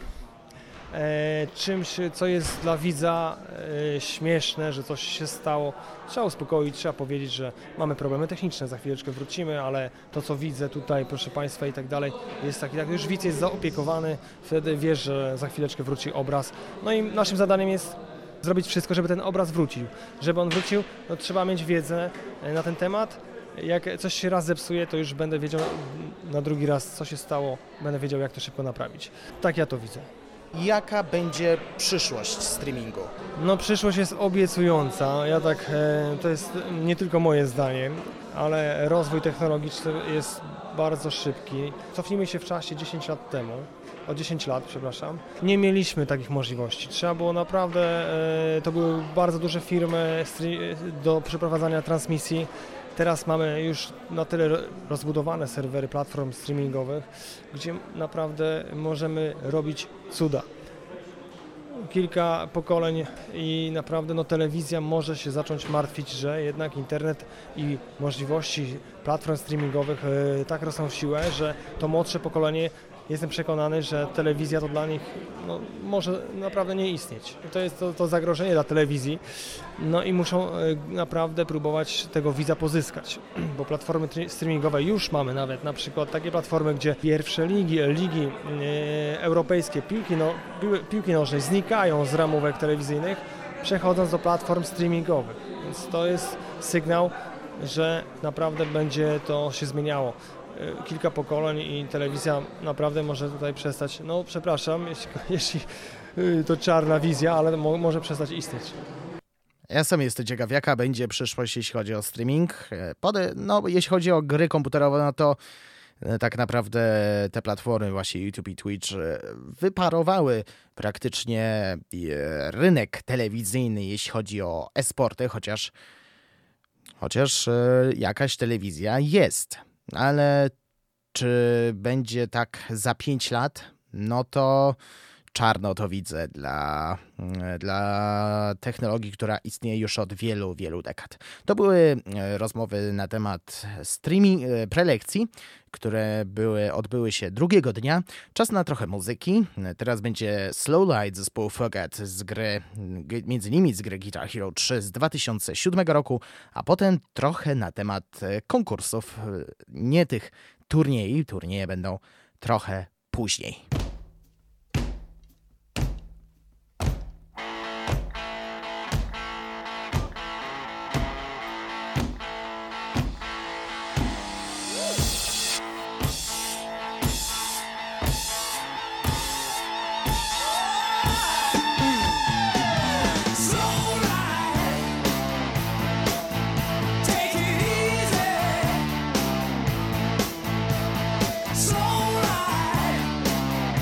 E, czymś, co jest dla widza e, śmieszne, że coś się stało. Trzeba uspokoić, trzeba powiedzieć, że mamy problemy techniczne, za chwileczkę wrócimy, ale to, co widzę tutaj, proszę Państwa i tak dalej, jest taki, tak już widz jest zaopiekowany, wtedy wiesz, że za chwileczkę wróci obraz. No i naszym zadaniem jest zrobić wszystko, żeby ten obraz wrócił. Żeby on wrócił, no trzeba mieć wiedzę na ten temat. Jak coś się raz zepsuje, to już będę wiedział na drugi raz, co się stało, będę wiedział, jak to szybko naprawić. Tak ja to widzę. Jaka będzie przyszłość streamingu? No przyszłość jest obiecująca. Ja tak, e, to jest nie tylko moje zdanie, ale rozwój technologiczny jest bardzo szybki. Cofnijmy się w czasie dziesięć lat temu, o dziesięć lat, przepraszam. Nie mieliśmy takich możliwości. Trzeba było naprawdę, e, to były bardzo duże firmy do przeprowadzania transmisji. Teraz mamy już na tyle rozbudowane serwery platform streamingowych, gdzie naprawdę możemy robić cuda. Kilka pokoleń i naprawdę no, telewizja może się zacząć martwić, że jednak internet i możliwości platform streamingowych y, tak rosną w siłę, że to młodsze pokolenie, jestem przekonany, że telewizja to dla nich no, może naprawdę nie istnieć. To jest to, to zagrożenie dla telewizji, no i muszą y, naprawdę próbować tego widza pozyskać, bo platformy streamingowe już mamy nawet na przykład takie platformy, gdzie pierwsze ligi, ligi y, europejskie piłki, no, piłki nożnej znikają z ramówek telewizyjnych, przechodząc do platform streamingowych, więc to jest sygnał, że naprawdę będzie to się zmieniało. Kilka pokoleń i telewizja naprawdę może tutaj przestać, no przepraszam, jeśli, jeśli to czarna wizja, ale mo, może przestać istnieć. Ja sam jestem ciekaw, jaka będzie przyszłość, jeśli chodzi o streaming. Pode, no, jeśli chodzi o gry komputerowe, no to tak naprawdę te platformy, właśnie YouTube i Twitch, wyparowały praktycznie rynek telewizyjny, jeśli chodzi o e-sporty, chociaż, chociaż jakaś telewizja jest. Ale czy będzie tak za pięć lat? No to czarno to widzę dla, dla technologii, która istnieje już od wielu, wielu dekad. To były rozmowy na temat streaming, prelekcji, które były, odbyły się drugiego dnia. Czas na trochę muzyki. Teraz będzie Slow Light zespołu Forget z gry, między innymi z gry Guitar Hero trzy z dwa tysiące siódmego roku, a potem trochę na temat konkursów, nie tych turniejów. Turnieje będą trochę później. Slow ride.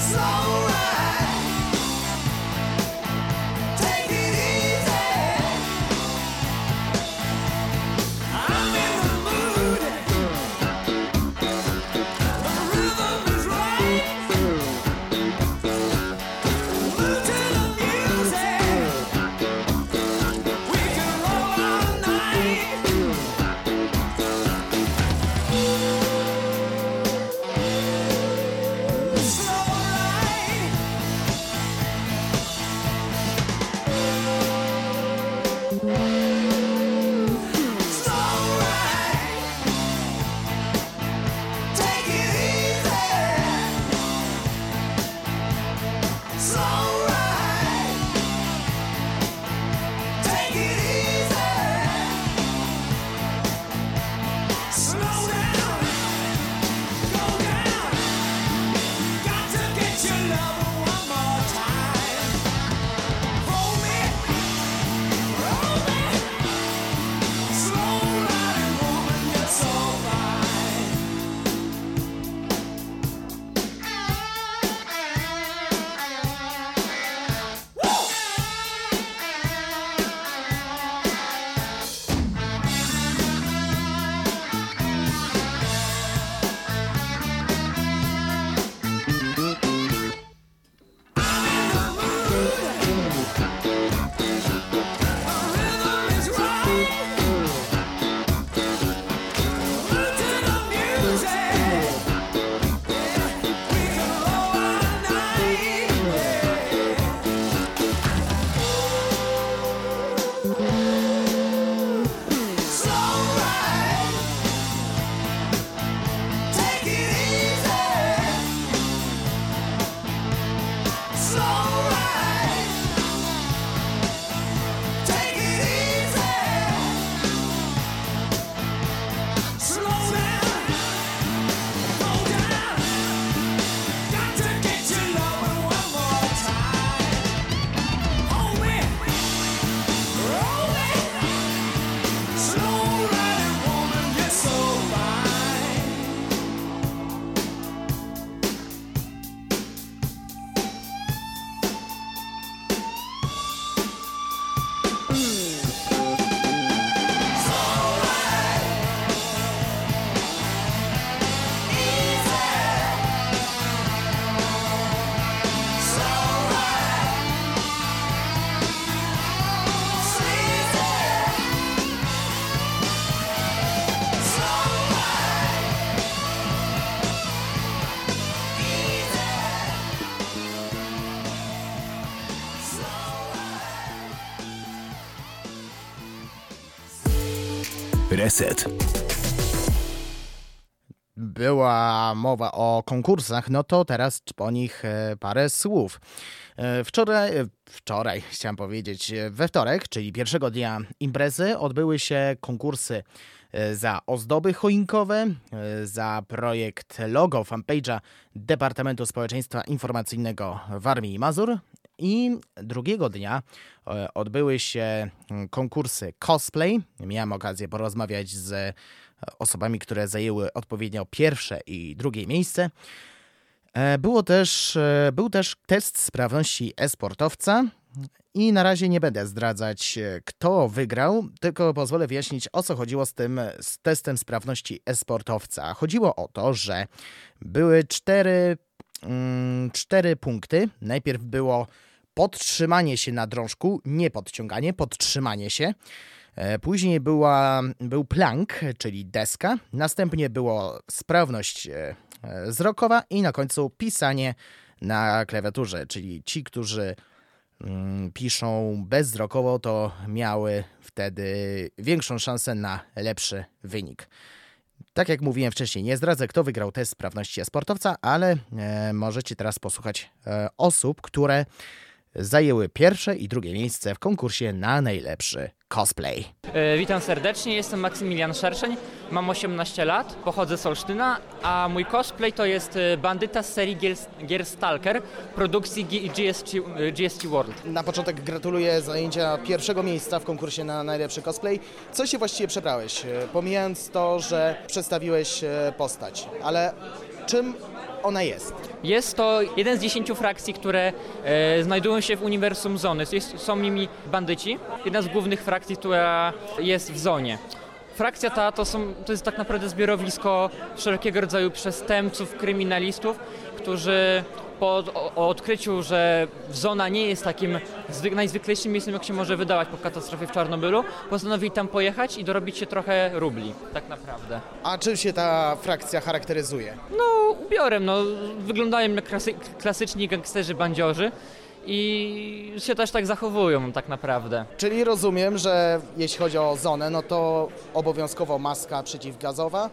Reset. Była mowa o konkursach, no to teraz po nich parę słów. Wczoraj, wczoraj chciałem powiedzieć, we wtorek, czyli pierwszego dnia imprezy, odbyły się konkursy za ozdoby choinkowe, za projekt logo fanpage'a Departamentu Społeczeństwa Informacyjnego Warmii i Mazur i drugiego dnia odbyły się konkursy cosplay. Miałem okazję porozmawiać z osobami, które zajęły odpowiednio pierwsze i drugie miejsce. Było też, był też test sprawności e-sportowca i na razie nie będę zdradzać, kto wygrał, tylko pozwolę wyjaśnić, o co chodziło z tym z testem sprawności e-sportowca. Chodziło o to, że były cztery, mm, cztery punkty. Najpierw było podtrzymanie się na drążku, nie podciąganie, podtrzymanie się. Później była, był plank, czyli deska. Następnie było sprawność wzrokowa i na końcu pisanie na klawiaturze, czyli ci, którzy mm, piszą bezwzrokowo, to miały wtedy większą szansę na lepszy wynik. Tak jak mówiłem wcześniej, nie zdradzę, kto wygrał test sprawności e-sportowca, ale e, możecie teraz posłuchać e, osób, które zajęły pierwsze i drugie miejsce w konkursie na najlepszy cosplay. E, witam serdecznie, jestem Maksymilian Szerszeń, mam osiemnaście lat, pochodzę z Olsztyna, a mój cosplay to jest bandyta z serii gier, gier Stalker, produkcji G S T, G S T World. Na początek gratuluję zajęcia pierwszego miejsca w konkursie na najlepszy cosplay. Co się właściwie przebrałeś? Pomijając to, że przedstawiłeś postać, ale czym ona jest? Jest to jeden z dziesięciu frakcji, które e, znajdują się w uniwersum Zony. Jest, są nimi bandyci. Jedna z głównych frakcji, która jest w Zonie. Frakcja ta to, są, to jest tak naprawdę zbiorowisko wszelkiego rodzaju przestępców, kryminalistów, którzy po o, odkryciu, że Zona nie jest takim zwyk, najzwyklejszym miejscem, jak się może wydawać po katastrofie w Czarnobylu, postanowili tam pojechać i dorobić się trochę rubli, tak naprawdę. A czym się ta frakcja charakteryzuje? No, ubiorem, no, wyglądają jak klasy, klasyczni gangsterzy, bandziorzy i się też tak zachowują tak naprawdę. Czyli rozumiem, że jeśli chodzi o Zonę, no to obowiązkowo maska przeciwgazowa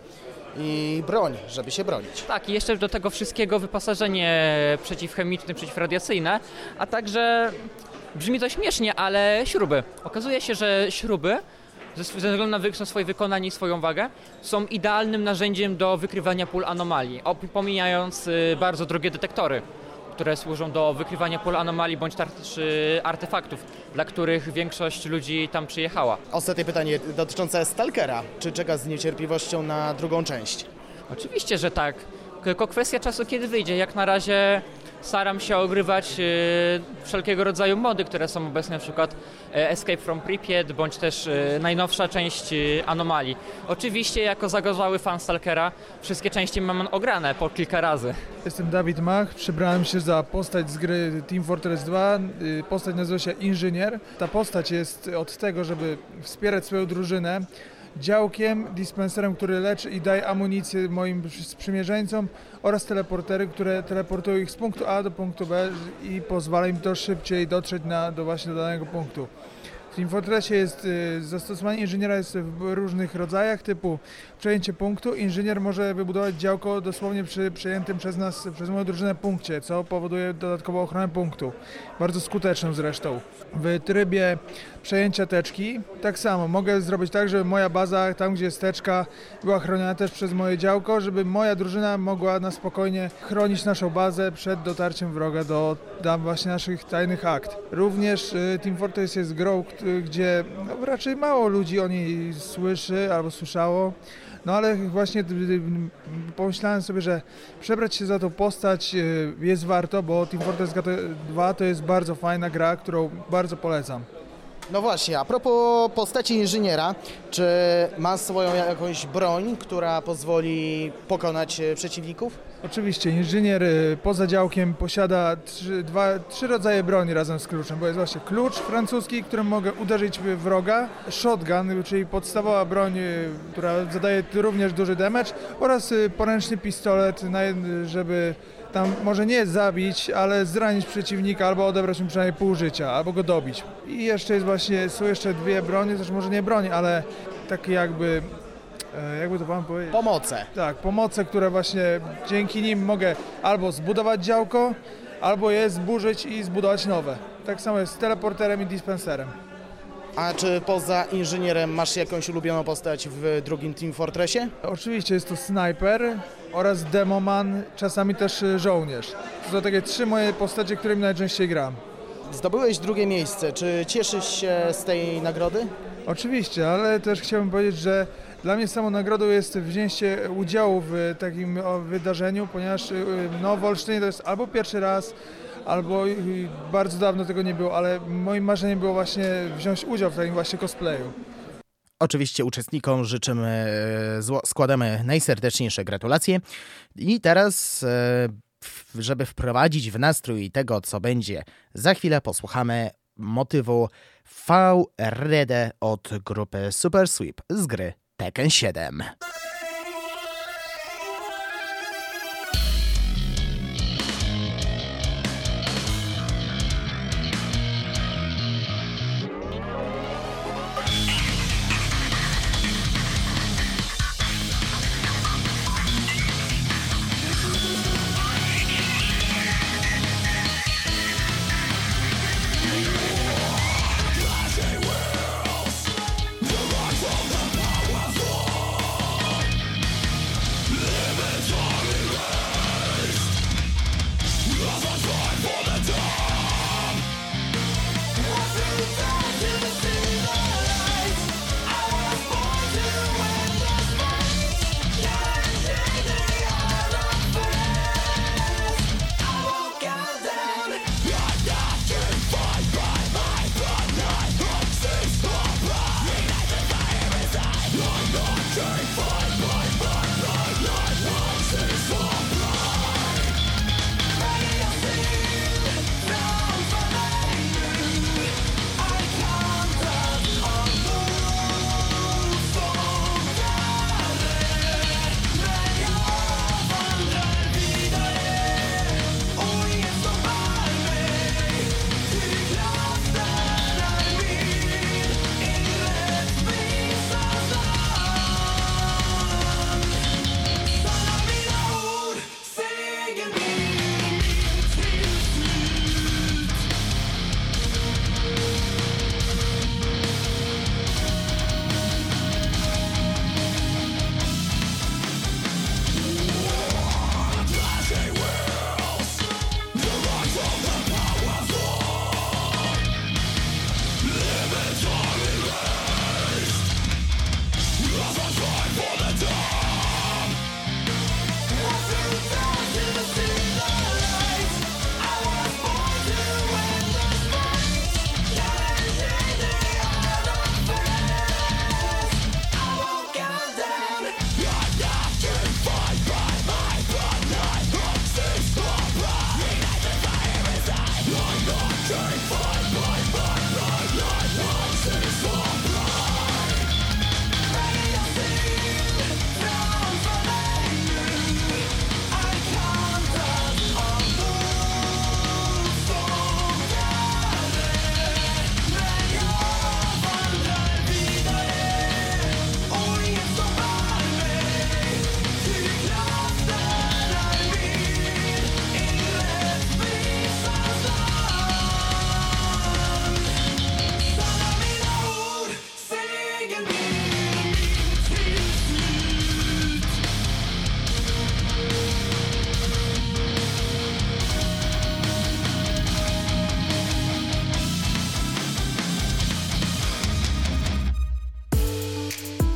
i broń, żeby się bronić. Tak, i jeszcze do tego wszystkiego wyposażenie przeciwchemiczne, przeciwradiacyjne, a także, brzmi to śmiesznie, ale śruby. Okazuje się, że śruby, ze względu na swoje wykonanie i swoją wagę, są idealnym narzędziem do wykrywania pól anomalii, pomijając bardzo drogie detektory, które służą do wykrywania pól anomalii bądź też artefaktów, dla których większość ludzi tam przyjechała. Ostatnie pytanie dotyczące Stalkera. Czy czeka z niecierpliwością na drugą część? Oczywiście, że tak. Tylko kwestia czasu, kiedy wyjdzie. Jak na razie staram się ogrywać wszelkiego rodzaju mody, które są obecne, na przykład Escape from Pripyat, bądź też najnowsza część Anomalii. Oczywiście jako zagorzały fan Stalkera wszystkie części mam ograne po kilka razy. Jestem Dawid Mach, przybrałem się za postać z gry Team Fortress dwa. Postać nazywa się Inżynier. Ta postać jest od tego, żeby wspierać swoją drużynę działkiem, dispenserem, który leczy i daje amunicję moim sprzymierzeńcom oraz teleportery, które teleportują ich z punktu A do punktu B i pozwala im to szybciej dotrzeć na, do właśnie do danego punktu. W Team Fortressie jest y, zastosowanie inżyniera jest w różnych rodzajach, typu przejęcie punktu. Inżynier może wybudować działko dosłownie przy przejętym przez nas, przez moją drużynę punkcie, co powoduje dodatkową ochronę punktu. Bardzo skuteczną zresztą. W trybie przejęcia teczki tak samo. Mogę zrobić tak, żeby moja baza, tam gdzie jest teczka, była chroniona też przez moje działko, żeby moja drużyna mogła na spokojnie chronić naszą bazę przed dotarciem wroga do, do właśnie naszych tajnych akt. Również y, Team Fortress jest grą, gdzie no, raczej mało ludzi o niej słyszy albo słyszało. No ale właśnie pomyślałem sobie, że przebrać się za tą postać jest warto, bo Team Fortress dwa to jest bardzo fajna gra, którą bardzo polecam. No właśnie, a propos postaci inżyniera, czy ma swoją jakąś broń, która pozwoli pokonać przeciwników? Oczywiście, inżynier poza działkiem posiada trzy, dwa, trzy rodzaje broni razem z kluczem, bo jest właśnie klucz francuski, którym mogę uderzyć wroga, shotgun, czyli podstawowa broń, która zadaje również duży damage, oraz poręczny pistolet, żeby tam może nie zabić, ale zranić przeciwnika albo odebrać mu przynajmniej pół życia, albo go dobić. I jeszcze jest właśnie, są jeszcze dwie broni, też może nie broni, ale takie jakby, jakby to wam powiedzieć? Pomoce. Tak, pomoce, które właśnie dzięki nim mogę albo zbudować działko, albo je zburzyć i zbudować nowe. Tak samo jest z teleporterem i dispenserem. A czy poza inżynierem masz jakąś ulubioną postać w drugim Team Fortressie? Oczywiście jest to snajper oraz demoman, czasami też żołnierz. To są takie trzy moje postacie, którymi najczęściej gram. Zdobyłeś drugie miejsce. Czy cieszysz się z tej nagrody? Oczywiście, ale też chciałbym powiedzieć, że dla mnie samą nagrodą jest wzięcie udziału w takim wydarzeniu, ponieważ no, w Olsztynie to jest albo pierwszy raz, albo bardzo dawno tego nie było, ale moim marzeniem było właśnie wziąć udział w takim właśnie cosplayu. Oczywiście uczestnikom życzymy, składamy najserdeczniejsze gratulacje. I teraz, żeby wprowadzić w nastrój tego, co będzie za chwilę, posłuchamy motywu V-Rede od grupy Super Sweep z gry Tekken siedem. Worlds, the rise of the powerful.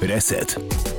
Reset.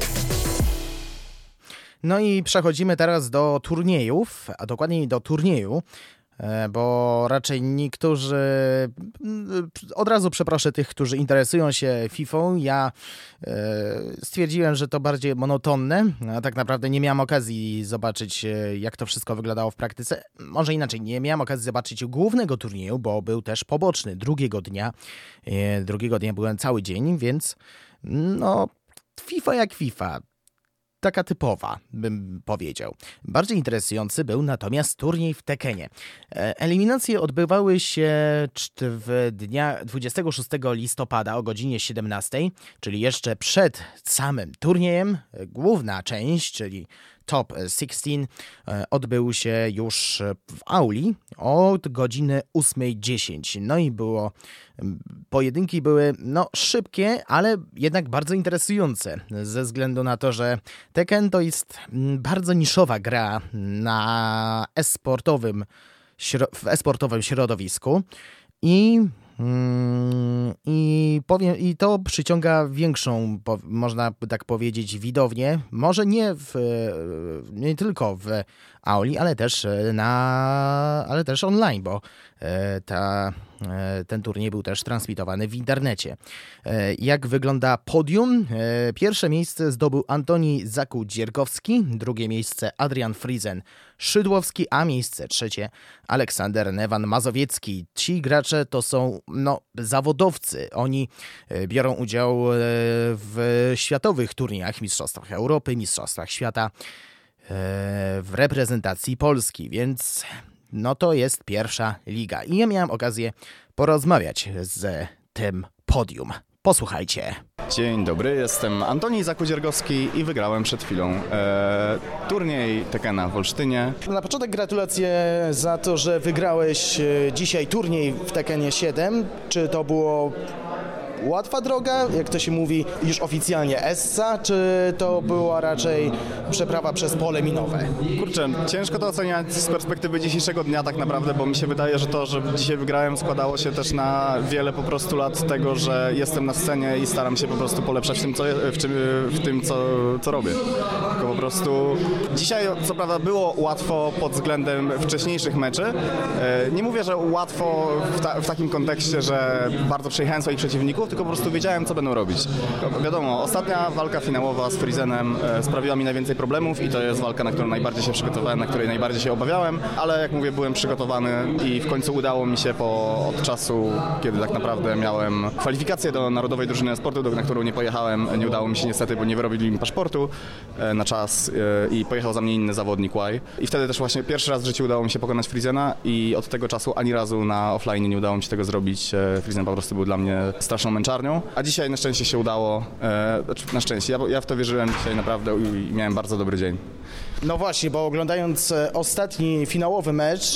No i przechodzimy teraz do turniejów, a dokładniej do turnieju, bo raczej niektórzy, od razu przeproszę tych, którzy interesują się fifą, ja stwierdziłem, że to bardziej monotonne, a tak naprawdę nie miałem okazji zobaczyć, jak to wszystko wyglądało w praktyce. Może inaczej, nie miałem okazji zobaczyć głównego turnieju, bo był też poboczny drugiego dnia. Drugiego dnia byłem cały dzień, więc no FIFA jak FIFA. Taka typowa, bym powiedział. Bardziej interesujący był natomiast turniej w Tekenie. Eliminacje odbywały się w dnia dwudziestego szóstego listopada o godzinie siedemnastej, czyli jeszcze przed samym turniejem. Główna część, czyli Top szesnaście, odbył się już w auli od godziny ósmej dziesięć. No i było, pojedynki były no szybkie, ale jednak bardzo interesujące, ze względu na to, że Tekken to jest bardzo niszowa gra na e-sportowym, w e-sportowym środowisku i I powiem, i to przyciąga większą, można tak powiedzieć, widownię. Może nie w, nie tylko w auli, ale też na, ale też online, bo ta, ten turniej był też transmitowany w internecie. Jak wygląda podium? Pierwsze miejsce zdobył Antoni Zaku-Dziergowski, drugie miejsce Adrian Frizen-Szydłowski, a miejsce trzecie Aleksander Newan-Mazowiecki. Ci gracze to są no, zawodowcy. Oni biorą udział w światowych turniejach, mistrzostwach Europy, mistrzostwach świata, w reprezentacji Polski, więc no to jest pierwsza liga. I ja miałem okazję porozmawiać z tym podium. Posłuchajcie. Dzień dobry, jestem Antoni Zaku-Dziergowski i wygrałem przed chwilą e, turniej Tekkena w Olsztynie. Na początek gratulacje za to, że wygrałeś dzisiaj turniej w Tekkenie siedem. Czy to było łatwa droga, jak to się mówi, już oficjalnie Essa, czy to była raczej przeprawa przez pole minowe? Kurczę, ciężko to oceniać z perspektywy dzisiejszego dnia tak naprawdę, bo mi się wydaje, że to, że dzisiaj wygrałem, składało się też na wiele po prostu lat tego, że jestem na scenie i staram się po prostu polepszać w tym, co, w czym, w tym, co, co robię. Tylko po prostu dzisiaj, co prawda, było łatwo pod względem wcześniejszych meczy. Nie mówię, że łatwo w, ta, w takim kontekście, że bardzo przejechałem swoich przeciwników, tylko po prostu wiedziałem, co będą robić. Wiadomo, ostatnia walka finałowa z Frizenem e, sprawiła mi najwięcej problemów i to jest walka, na którą najbardziej się przygotowałem, na której najbardziej się obawiałem, ale jak mówię, byłem przygotowany i w końcu udało mi się po od czasu, kiedy tak naprawdę miałem kwalifikację do Narodowej Drużyny Sportu, do, na którą nie pojechałem. Nie udało mi się niestety, bo nie wyrobili mi paszportu e, na czas e, i pojechał za mnie inny zawodnik Y. I wtedy też właśnie pierwszy raz w życiu udało mi się pokonać Frizena i od tego czasu ani razu na offline nie udało mi się tego zrobić. E, Frizen po prostu był dla mnie straszną męczarnią, a dzisiaj na szczęście się udało. E, na szczęście, ja, ja w to wierzyłem dzisiaj naprawdę i, i miałem bardzo dobry dzień. No właśnie, bo oglądając ostatni finałowy mecz,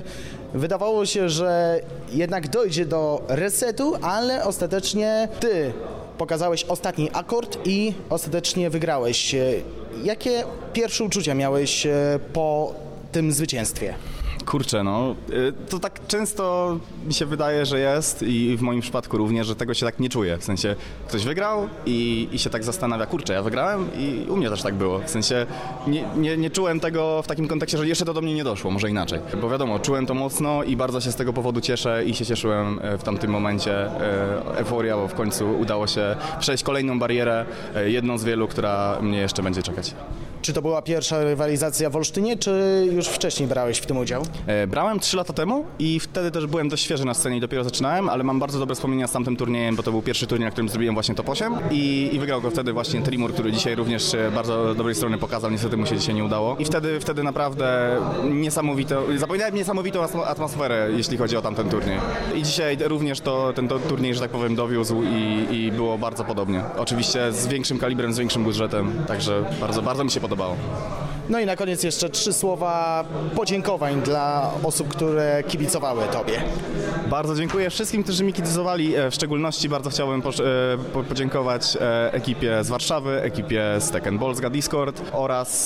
wydawało się, że jednak dojdzie do resetu, ale ostatecznie ty pokazałeś ostatni akord i ostatecznie wygrałeś. Jakie pierwsze uczucia miałeś po tym zwycięstwie? Kurczę, no, to tak często mi się wydaje, że jest i w moim przypadku również, że tego się tak nie czuję. W sensie ktoś wygrał i, i się tak zastanawia, kurczę, ja wygrałem i u mnie też tak było. W sensie nie, nie, nie czułem tego w takim kontekście, że jeszcze to do mnie nie doszło, może inaczej. Bo wiadomo, czułem to mocno i bardzo się z tego powodu cieszę i się cieszyłem w tamtym momencie. Euforia, bo w końcu udało się przejść kolejną barierę, jedną z wielu, która mnie jeszcze będzie czekać. Czy to była pierwsza rywalizacja w Olsztynie, czy już wcześniej brałeś w tym udział? E, brałem trzy lata temu i wtedy też byłem dość świeży na scenie i dopiero zaczynałem, ale mam bardzo dobre wspomnienia z tamtym turniejem, bo to był pierwszy turniej, na którym zrobiłem właśnie top osiem i, i wygrał go wtedy właśnie Trimur, który dzisiaj również bardzo dobrej strony pokazał, niestety mu się dzisiaj nie udało. I wtedy, wtedy naprawdę niesamowite, zapamiętałem niesamowitą atmosferę, jeśli chodzi o tamten turniej. I dzisiaj również to, ten to turniej, że tak powiem, dowiózł i, i było bardzo podobnie. Oczywiście z większym kalibrem, z większym budżetem, także bardzo, bardzo mi się podobało. No i na koniec jeszcze trzy słowa podziękowań dla osób, które kibicowały Tobie. Bardzo dziękuję wszystkim, którzy mi kibicowali. W szczególności bardzo chciałbym podziękować ekipie z Warszawy, ekipie z Tekken Polska Discord oraz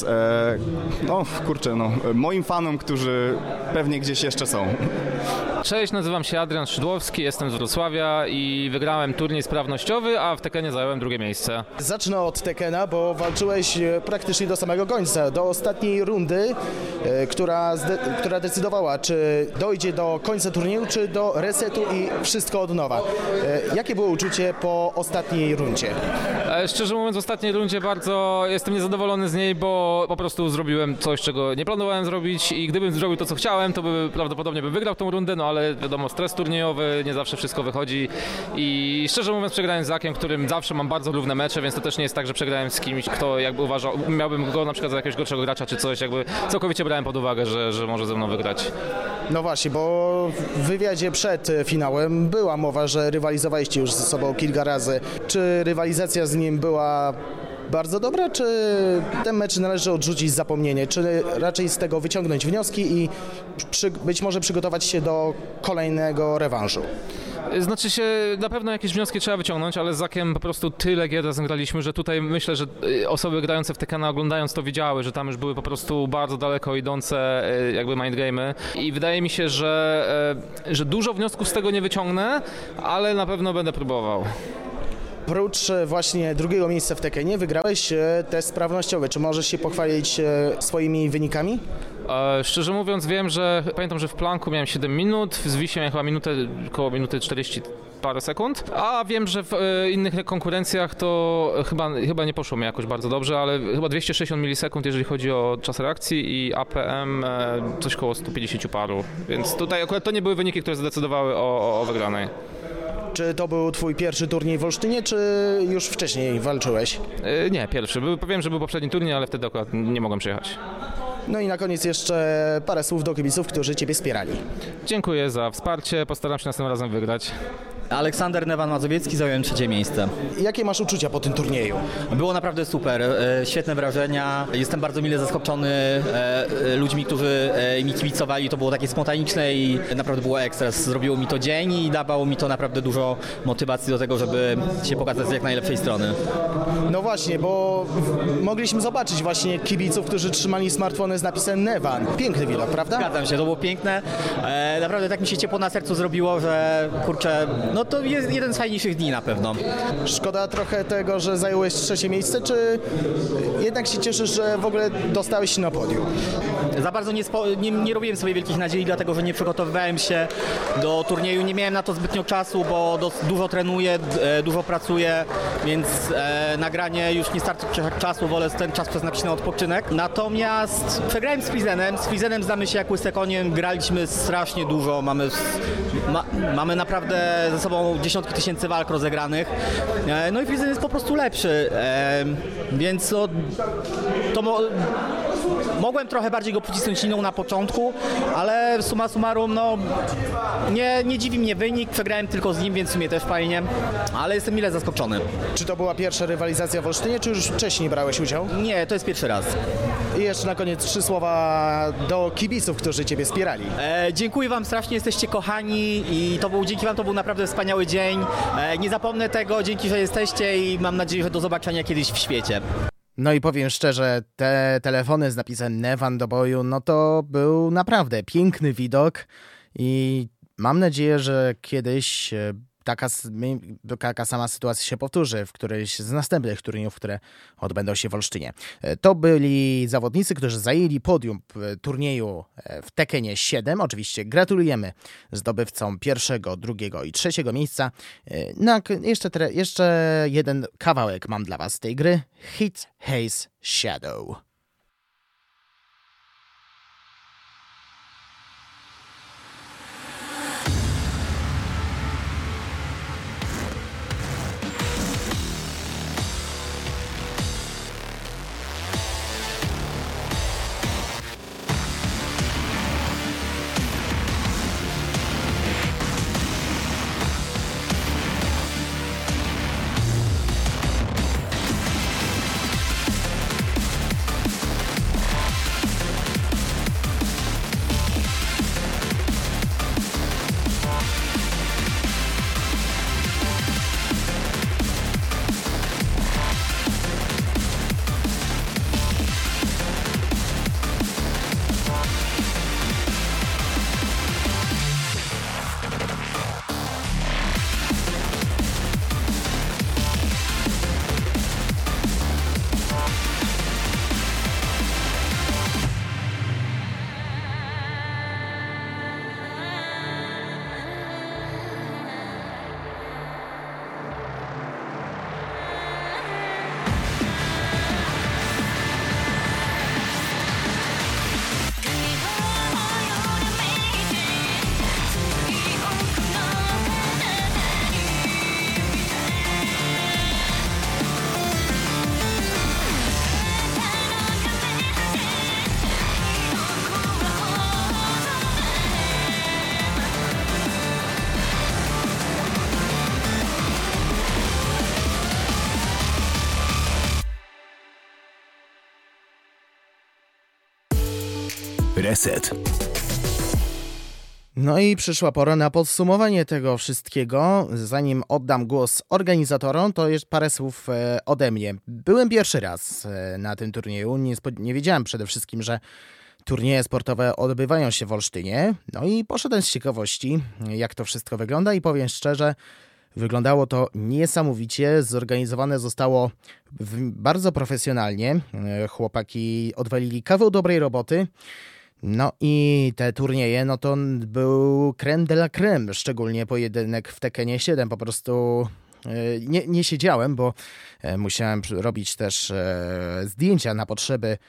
no kurczę, no, moim fanom, którzy pewnie gdzieś jeszcze są. Cześć, nazywam się Adrian Szydłowski, jestem z Wrocławia i wygrałem turniej sprawnościowy, a w Tekkenie zająłem drugie miejsce. Zacznę od Tekkena, bo walczyłeś praktycznie do samego końca, do ostatniej rundy, która, która decydowała, czy dojdzie do końca turnieju, czy do resetu i wszystko od nowa. Jakie było uczucie po ostatniej rundzie? Szczerze mówiąc, w ostatniej rundzie bardzo jestem niezadowolony z niej, bo po prostu zrobiłem coś, czego nie planowałem zrobić i gdybym zrobił to, co chciałem, to by prawdopodobnie bym wygrał tą rundę, no ale wiadomo, stres turniejowy, nie zawsze wszystko wychodzi i szczerze mówiąc przegrałem z Zakiem, którym zawsze mam bardzo równe mecze, więc to też nie jest tak, że przegrałem z kimś, kto jakby uważał, miałbym go na przykład za jakiegoś gorszego gracza czy coś, jakby całkowicie brałem pod uwagę, że, że może ze mną wygrać. No właśnie, bo w wywiadzie przed finałem była mowa, że rywalizowaliście już ze sobą kilka razy. Czy rywalizacja z nim była bardzo dobra, czy ten mecz należy odrzucić zapomnienie, czy raczej z tego wyciągnąć wnioski i przy, być może przygotować się do kolejnego rewanżu? Znaczy się, na pewno jakieś wnioski trzeba wyciągnąć, ale z Zakiem po prostu tyle gier razem graliśmy, że tutaj myślę, że osoby grające w Tekkena oglądając to widziały, że tam już były po prostu bardzo daleko idące jakby mindgamey i wydaje mi się, że, że dużo wniosków z tego nie wyciągnę, ale na pewno będę próbował. Oprócz właśnie drugiego miejsca w Tekkenie wygrałeś test sprawnościowy. Czy możesz się pochwalić swoimi wynikami? E, szczerze mówiąc wiem, że pamiętam, że w planku miałem siedem minut, w zwisie miałem chyba minutę, około minuty czterdzieści parę sekund, a wiem, że w e, innych konkurencjach to chyba, chyba nie poszło mi jakoś bardzo dobrze, ale chyba dwieście sześćdziesiąt milisekund, jeżeli chodzi o czas reakcji i A P M e, coś koło sto pięćdziesiąt paru, więc tutaj akurat to nie były wyniki, które zdecydowały o, o, o wygranej. Czy to był twój pierwszy turniej w Olsztynie, czy już wcześniej walczyłeś? Yy, nie, pierwszy. Był, powiem, że był poprzedni turniej, ale wtedy akurat nie mogłem przyjechać. No i na koniec jeszcze parę słów do kibiców, którzy Ciebie wspierali. Dziękuję za wsparcie, postaram się następnym razem wygrać. Aleksander Newan Mazowiecki, zająłem trzecie miejsce. Jakie masz uczucia po tym turnieju? Było naprawdę super, e, świetne wrażenia. Jestem bardzo mile zaskoczony e, ludźmi, którzy e, mi kibicowali. To było takie spontaniczne i naprawdę było ekstra. Zrobiło mi to dzień i dawało mi to naprawdę dużo motywacji do tego, żeby się pokazać z jak najlepszej strony. No właśnie, bo mogliśmy zobaczyć właśnie kibiców, którzy trzymali smartfony z napisem Nevan. Piękny widok, prawda? Zgadzam się, to było piękne. E, naprawdę tak mi się ciepło na sercu zrobiło, że kurczę, no to jest jeden z fajniejszych dni na pewno. Szkoda trochę tego, że zająłeś trzecie miejsce, czy jednak się cieszysz, że w ogóle dostałeś się na podium? Za bardzo nie, spo, nie, nie robiłem sobie wielkich nadziei, dlatego że nie przygotowywałem się do turnieju, nie miałem na to zbytnio czasu, bo do, dużo trenuję, e, dużo pracuję, więc e, nagranie już nie starczy czasu, wolę ten czas przeznaczyć na odpoczynek. Natomiast przegrałem z Frizenem, z Frizenem znamy się jak łyse koniem, graliśmy strasznie dużo, mamy, ma, mamy naprawdę ze sobą dziesiątki tysięcy walk rozegranych, e, no i Frizen jest po prostu lepszy, e, więc to, to mo, mogłem trochę bardziej go pocisnąć inną na początku, ale summa summarum, no nie, nie dziwi mnie wynik, przegrałem tylko z nim, więc w sumie też fajnie, ale jestem mile zaskoczony. Czy to była pierwsza rywalizacja w Olsztynie, czy już wcześniej brałeś udział? Nie, to jest pierwszy raz. I jeszcze na koniec trzy słowa do kibiców, którzy Ciebie wspierali. E, dziękuję Wam strasznie, jesteście kochani i to był, dzięki Wam to był naprawdę wspaniały dzień. E, nie zapomnę tego, dzięki, że jesteście i mam nadzieję, że do zobaczenia kiedyś w świecie. No i powiem szczerze, te telefony z napisem Nevan do boju, no to był naprawdę piękny widok i mam nadzieję, że kiedyś taka, taka sama sytuacja się powtórzy w którymś z następnych turniejów, które odbędą się w Olsztynie. To byli zawodnicy, którzy zajęli podium turnieju w Tekkenie siedem. Oczywiście gratulujemy zdobywcom pierwszego, drugiego i trzeciego miejsca. No, jeszcze, jeszcze jeden kawałek mam dla Was z tej gry. Hit Haze Shadow. Reset. No i przyszła pora na podsumowanie tego wszystkiego. Zanim oddam głos organizatorom, to jeszcze parę słów ode mnie. Byłem pierwszy raz na tym turnieju. Nie, spo- nie wiedziałem przede wszystkim, że turnieje sportowe odbywają się w Olsztynie. No i poszedłem z ciekawości, jak to wszystko wygląda i powiem szczerze, wyglądało to niesamowicie. Zorganizowane zostało bardzo profesjonalnie. Chłopaki odwalili kawał dobrej roboty. No i te turnieje, no to był crème de la crème, szczególnie pojedynek w Tekkenie siedem. Po prostu nie, nie siedziałem, bo musiałem robić też zdjęcia na potrzeby,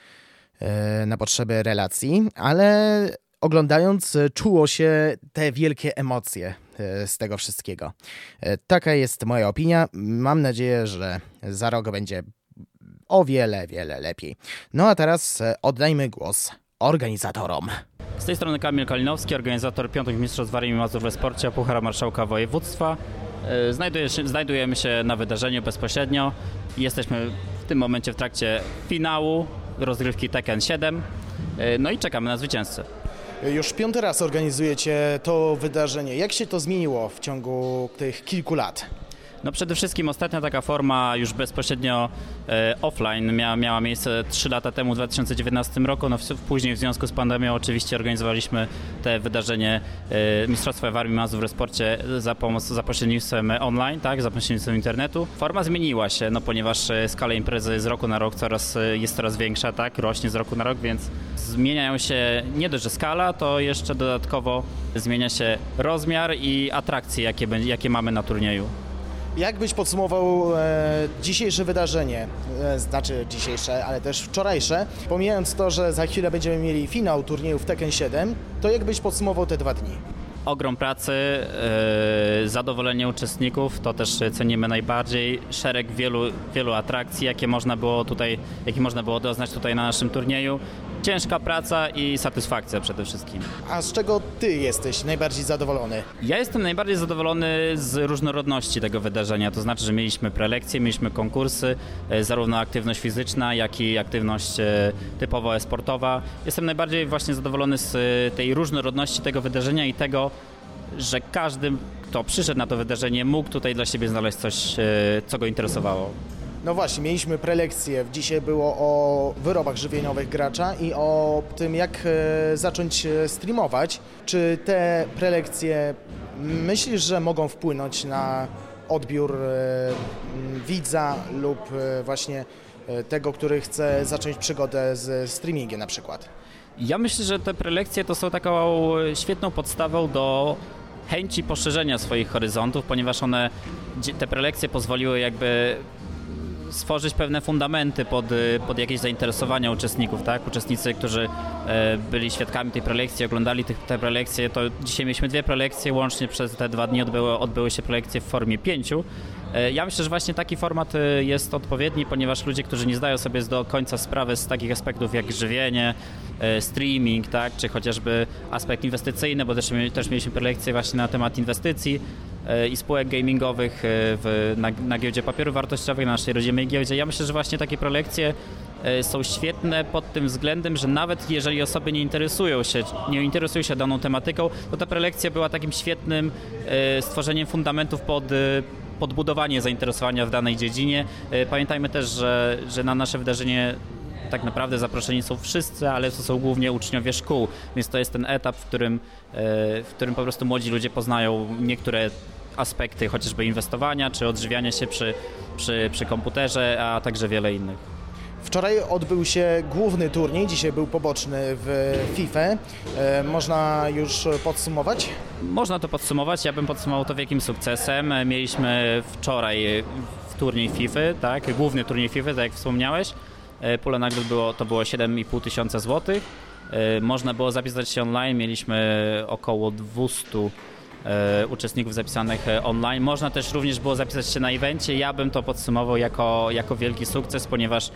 na potrzeby relacji, ale oglądając czuło się te wielkie emocje z tego wszystkiego. Taka jest moja opinia. Mam nadzieję, że za rok będzie o wiele, wiele lepiej. No a teraz oddajmy głos organizatorom. Z tej strony Kamil Kalinowski, organizator piątych Mistrzostw Warmii i Mazur w Esporcie, Puchar Marszałka Województwa. Znajduje się, znajdujemy się na wydarzeniu bezpośrednio. Jesteśmy w tym momencie w trakcie finału rozgrywki Tekken siedem. No i czekamy na zwycięzcę. Już piąty raz organizujecie to wydarzenie. Jak się to zmieniło w ciągu tych kilku lat? No przede wszystkim ostatnia taka forma już bezpośrednio e, offline miała, miała miejsce trzy lata temu, w dwa tysiące dziewiętnastym roku. No w, później w związku z pandemią oczywiście organizowaliśmy te wydarzenie e, Mistrzostwa Warmii i Mazur w Sporcie za, pomoc, za pośrednictwem online, tak, za pośrednictwem internetu. Forma zmieniła się, no ponieważ skala imprezy z roku na rok coraz, jest coraz większa, tak, rośnie z roku na rok, więc zmieniają się nie dość, że skala, to jeszcze dodatkowo zmienia się rozmiar i atrakcje, jakie, jakie mamy na turnieju. Jak byś podsumował e, dzisiejsze wydarzenie, e, znaczy dzisiejsze, ale też wczorajsze, pomijając to, że za chwilę będziemy mieli finał turnieju w Tekken siedem, to jak byś podsumował te dwa dni? Ogrom pracy, yy, zadowolenie uczestników, to też cenimy najbardziej. Szereg wielu, wielu atrakcji, jakie można było tutaj, jakie można było doznać tutaj na naszym turnieju. Ciężka praca i satysfakcja przede wszystkim. A z czego ty jesteś najbardziej zadowolony? Ja jestem najbardziej zadowolony z różnorodności tego wydarzenia. To znaczy, że mieliśmy prelekcje, mieliśmy konkursy, zarówno aktywność fizyczna, jak i aktywność typowo e-sportowa. Jestem najbardziej właśnie zadowolony z tej różnorodności tego wydarzenia i tego, że każdy, kto przyszedł na to wydarzenie, mógł tutaj dla siebie znaleźć coś, co go interesowało. No właśnie, mieliśmy prelekcję. Dzisiaj było o wyrobach żywieniowych gracza i o tym, jak e, zacząć streamować. Czy te prelekcje myślisz, że mogą wpłynąć na odbiór e, widza lub e, właśnie e, tego, który chce zacząć przygodę z streamingiem na przykład? Ja myślę, że te prelekcje to są taką świetną podstawą do chęci poszerzenia swoich horyzontów, ponieważ one, te prelekcje pozwoliły jakby stworzyć pewne fundamenty pod, pod jakieś zainteresowania uczestników, tak? Uczestnicy, którzy e, byli świadkami tej prelekcji, oglądali tych, te prelekcje, to dzisiaj mieliśmy dwie prelekcje, łącznie przez te dwa dni odbyły, odbyły się prelekcje w formie pięciu. E, ja myślę, że właśnie taki format jest odpowiedni, ponieważ ludzie, którzy nie zdają sobie do końca sprawy z takich aspektów jak żywienie, e, streaming, tak? Czy chociażby aspekt inwestycyjny, bo też, też mieliśmy prelekcje właśnie na temat inwestycji i spółek gamingowych w, na, na giełdzie papierów wartościowych, na naszej rodzimej giełdzie. Ja myślę, że właśnie takie prelekcje są świetne pod tym względem, że nawet jeżeli osoby nie interesują się, nie interesują się daną tematyką, to ta prelekcja była takim świetnym stworzeniem fundamentów pod podbudowanie zainteresowania w danej dziedzinie. Pamiętajmy też, że, że na nasze wydarzenie tak naprawdę zaproszeni są wszyscy, ale to są głównie uczniowie szkół, więc to jest ten etap, w którym, w którym po prostu młodzi ludzie poznają niektóre aspekty chociażby inwestowania, czy odżywiania się przy, przy, przy komputerze, a także wiele innych. Wczoraj odbył się główny turniej, dzisiaj był poboczny w FIFA. E, można już podsumować? Można to podsumować, ja bym podsumował to wielkim sukcesem. Mieliśmy wczoraj w turniej FIFA, tak, główny turniej FIFA, tak jak wspomniałeś. Pula nagród było, to było siedem i pół tysiąca złotych. Można było zapisać się online, mieliśmy około dwieście uczestników zapisanych online. Można też również było zapisać się na evencie. Ja bym to podsumował jako, jako wielki sukces, ponieważ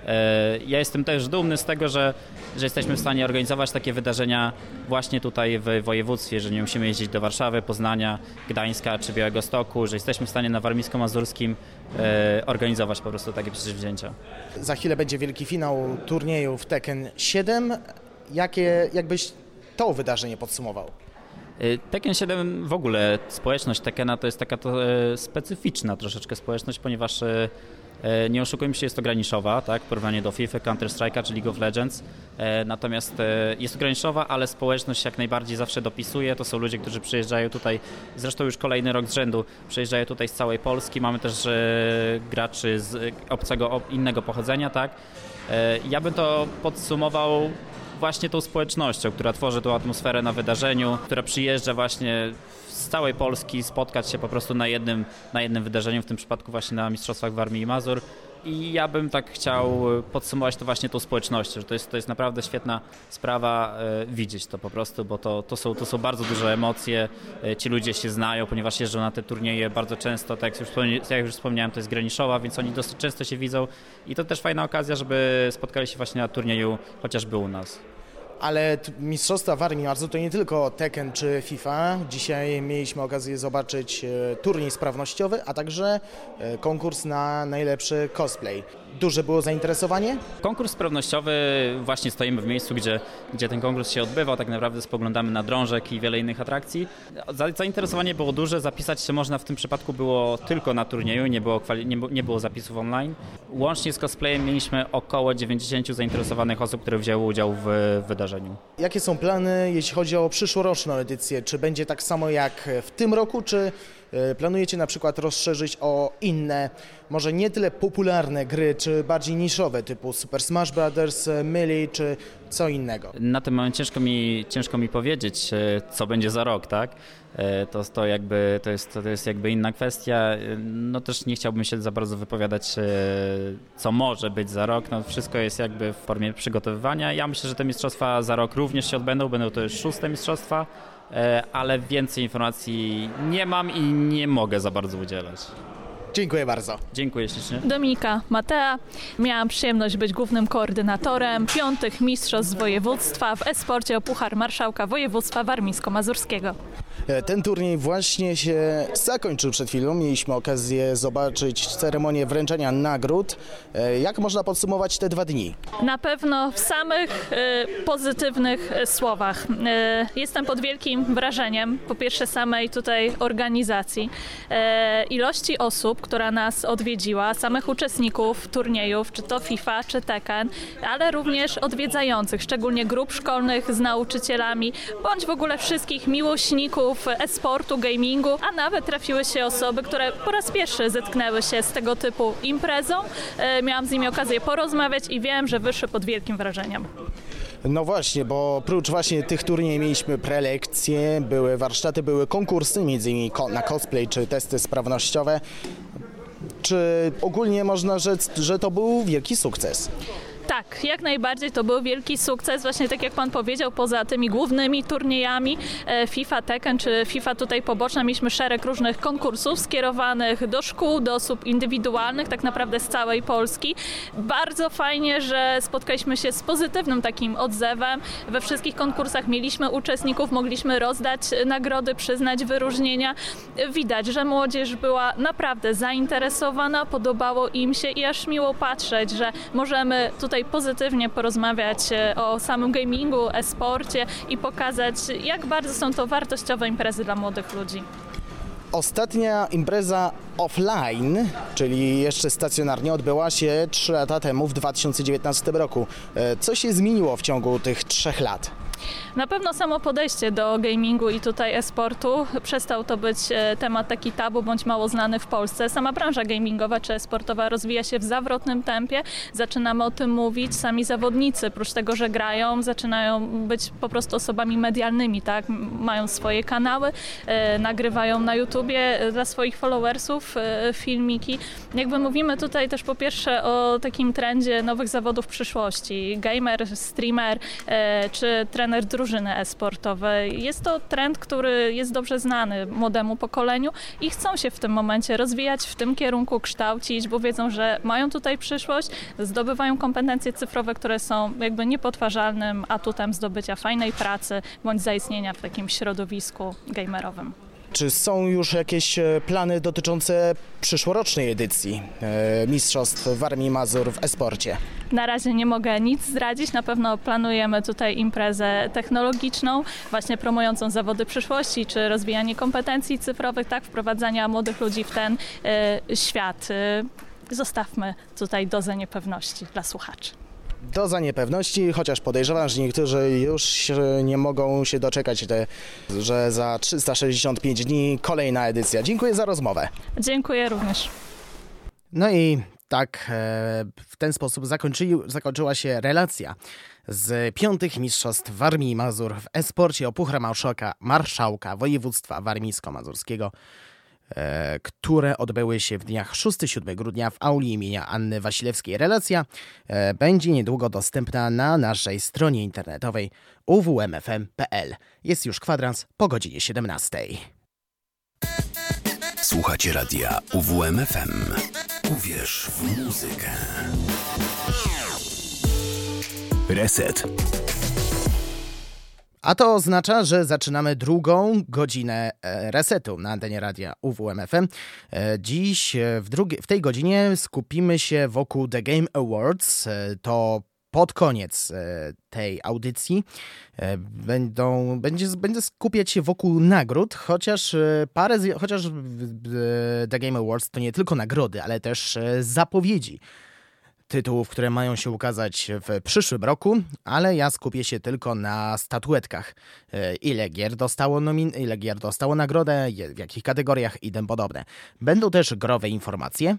ja jestem też dumny z tego, że, że jesteśmy w stanie organizować takie wydarzenia właśnie tutaj w województwie, że nie musimy jeździć do Warszawy, Poznania, Gdańska czy Białegostoku, że jesteśmy w stanie na warmińsko-mazurskim organizować po prostu takie przedsięwzięcia. Za chwilę będzie wielki finał turnieju w Tekken siedem. Jakie, jakbyś to wydarzenie podsumował? Tekken siedem w ogóle, społeczność Tekkena to jest taka to, e, specyficzna troszeczkę społeczność, ponieważ e, nie oszukujmy się, jest to graniszowa, tak, w porównaniu do FIFA, Counter-Strike'a czy League of Legends. E, natomiast e, jest to graniszowa, ale społeczność jak najbardziej zawsze dopisuje. To są ludzie, którzy przyjeżdżają tutaj, zresztą już kolejny rok z rzędu, przyjeżdżają tutaj z całej Polski. Mamy też e, graczy z obcego, innego pochodzenia, tak. E, ja bym to podsumował właśnie tą społecznością, która tworzy tą atmosferę na wydarzeniu, która przyjeżdża właśnie z całej Polski spotkać się po prostu na jednym, na jednym wydarzeniu, w tym przypadku właśnie na Mistrzostwach Warmii i Mazur. I ja bym tak chciał podsumować to właśnie tą społecznością, że to jest, to jest naprawdę świetna sprawa e, widzieć to po prostu, bo to, to, są, to są bardzo duże emocje, e, ci ludzie się znają, ponieważ jeżdżą na te turnieje bardzo często, tak jak już, jak już wspomniałem, to jest graniszowa, więc oni dosyć często się widzą i to też fajna okazja, żeby spotkali się właśnie na turnieju chociażby u nas. Ale Mistrzostwa Warmii i Mazur to nie tylko Tekken czy FIFA. Dzisiaj mieliśmy okazję zobaczyć turniej sprawnościowy, a także konkurs na najlepszy cosplay. Duże było zainteresowanie? Konkurs sprawnościowy, właśnie stoimy w miejscu, gdzie, gdzie ten konkurs się odbywał. Tak naprawdę spoglądamy na drążek i wiele innych atrakcji. Zainteresowanie było duże, zapisać się można w tym przypadku było tylko na turnieju, nie było, nie, nie było zapisów online. Łącznie z cosplayem mieliśmy około dziewięćdziesiąt zainteresowanych osób, które wzięły udział w wydarzeniu. Jakie są plany, jeśli chodzi o przyszłoroczną edycję? Czy będzie tak samo jak w tym roku, czy planujecie na przykład rozszerzyć o inne, może nie tyle popularne gry, czy bardziej niszowe, typu Super Smash Brothers, Melee, czy co innego? Na tym moment ciężko mi, ciężko mi powiedzieć, co będzie za rok, tak? To, to, jakby, to, jest, to jest jakby inna kwestia. No też nie chciałbym się za bardzo wypowiadać, co może być za rok. No wszystko jest jakby w formie przygotowywania. Ja myślę, że te mistrzostwa za rok również się odbędą. Będą to już szóste mistrzostwa, ale więcej informacji nie mam i nie mogę za bardzo udzielać. Dziękuję bardzo. Dziękuję ślicznie. Dominika Matea. Miałam przyjemność być głównym koordynatorem piątych mistrzostw województwa w e-sporcie o Puchar Marszałka Województwa Warmińsko-Mazurskiego. Ten turniej właśnie się zakończył przed chwilą. Mieliśmy okazję zobaczyć ceremonię wręczenia nagród. Jak można podsumować te dwa dni? Na pewno w samych y, pozytywnych słowach. Y, jestem pod wielkim wrażeniem, po pierwsze samej tutaj organizacji, y, ilości osób, która nas odwiedziła, samych uczestników turniejów, czy to FIFA, czy Tekken, ale również odwiedzających, szczególnie grup szkolnych z nauczycielami, bądź w ogóle wszystkich miłośników e-sportu, gamingu, a nawet trafiły się osoby, które po raz pierwszy zetknęły się z tego typu imprezą. E, miałam z nimi okazję porozmawiać i wiem, że wyszły pod wielkim wrażeniem. No właśnie, bo oprócz właśnie tych turniej mieliśmy prelekcje, były warsztaty, były konkursy, między innymi na cosplay czy testy sprawnościowe. Czy ogólnie można rzec, że to był wielki sukces? Tak, jak najbardziej to był wielki sukces, właśnie tak jak Pan powiedział, poza tymi głównymi turniejami FIFA, Tekken czy FIFA tutaj poboczna, mieliśmy szereg różnych konkursów skierowanych do szkół, do osób indywidualnych, tak naprawdę z całej Polski. Bardzo fajnie, że spotkaliśmy się z pozytywnym takim odzewem. We wszystkich konkursach mieliśmy uczestników, mogliśmy rozdać nagrody, przyznać wyróżnienia. Widać, że młodzież była naprawdę zainteresowana, podobało im się i aż miło patrzeć, że możemy tutaj pozytywnie porozmawiać o samym gamingu, e-sporcie i pokazać, jak bardzo są to wartościowe imprezy dla młodych ludzi. Ostatnia impreza offline, czyli jeszcze stacjonarnie, odbyła się trzy lata temu, w dwa tysiące dziewiętnastym roku. Co się zmieniło w ciągu tych trzech lat? Na pewno samo podejście do gamingu i tutaj e-sportu. Przestał to być temat taki tabu bądź mało znany w Polsce. Sama branża gamingowa czy e-sportowa rozwija się w zawrotnym tempie. Zaczynamy o tym mówić. Sami zawodnicy, oprócz tego, że grają, zaczynają być po prostu osobami medialnymi, tak? Mają swoje kanały, e, nagrywają na YouTubie dla swoich followersów e, filmiki. Jakby mówimy tutaj też po pierwsze o takim trendzie nowych zawodów przyszłości. Gamer, streamer e, czy trener drużyny e-sportowej. Jest to trend, który jest dobrze znany młodemu pokoleniu i chcą się w tym momencie rozwijać, w tym kierunku kształcić, bo wiedzą, że mają tutaj przyszłość, zdobywają kompetencje cyfrowe, które są jakby niepodważalnym atutem zdobycia fajnej pracy bądź zaistnienia w takim środowisku gamerowym. Czy są już jakieś plany dotyczące przyszłorocznej edycji e, Mistrzostw Warmii i Mazur w e-sporcie? Na razie nie mogę nic zdradzić. Na pewno planujemy tutaj imprezę technologiczną, właśnie promującą zawody przyszłości, czy rozwijanie kompetencji cyfrowych, tak, wprowadzania młodych ludzi w ten e, świat. E, zostawmy tutaj dozę niepewności dla słuchaczy. Doza niepewności, chociaż podejrzewam, że niektórzy już nie mogą się doczekać, te, że za trzysta sześćdziesiąt pięć dni kolejna edycja. Dziękuję za rozmowę. Dziękuję również. No i tak w ten sposób zakończy, zakończyła się relacja z piątych Mistrzostw Warmii i Mazur w e-sporcie o Puchar Marszałka, Marszałka Województwa Warmińsko-Mazurskiego, które odbyły się w dniach szóstego do siódmego grudnia w auli imienia Anny Wasilewskiej. Relacja będzie niedługo dostępna na naszej stronie internetowej u w m f m kropka p l. Jest już kwadrans po godzinie siedemnastej. Słuchacie radia U W M F M. Uwierz w muzykę. Reset. A to oznacza, że zaczynamy drugą godzinę resetu na antenie radia U W M F M. Dziś w, drugi, w tej godzinie skupimy się wokół The Game Awards. To pod koniec tej audycji będą, będzie, będzie skupiać się wokół nagród, chociaż parę, chociaż The Game Awards to nie tylko nagrody, ale też zapowiedzi tytułów, które mają się ukazać w przyszłym roku, ale ja skupię się tylko na statuetkach. Ile gier dostało nomin- ile gier dostało nagrodę, w jakich kategoriach i tym podobne. Będą też growe informacje,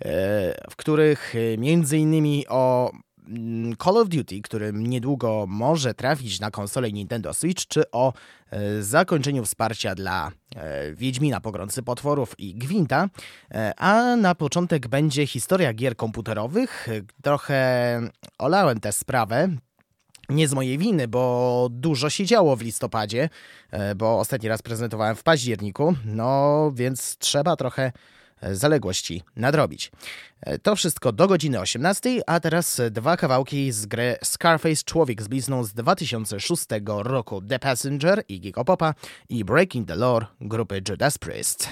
w których między innymi o Call of Duty, który niedługo może trafić na konsolę Nintendo Switch, czy o e, zakończeniu wsparcia dla e, Wiedźmina, Pogromcy Potworów i Gwinta. E, a na początek będzie historia gier komputerowych. Trochę olałem tę sprawę. Nie z mojej winy, bo dużo się działo w listopadzie, e, bo ostatni raz prezentowałem w październiku, no więc trzeba trochę zaległości nadrobić. To wszystko do godziny osiemnastej, a teraz dwa kawałki z gry Scarface Człowiek z blizną z dwa tysiące szóstego roku. The Passenger i Iggy'ego Popa i Breaking the Law grupy Judas Priest.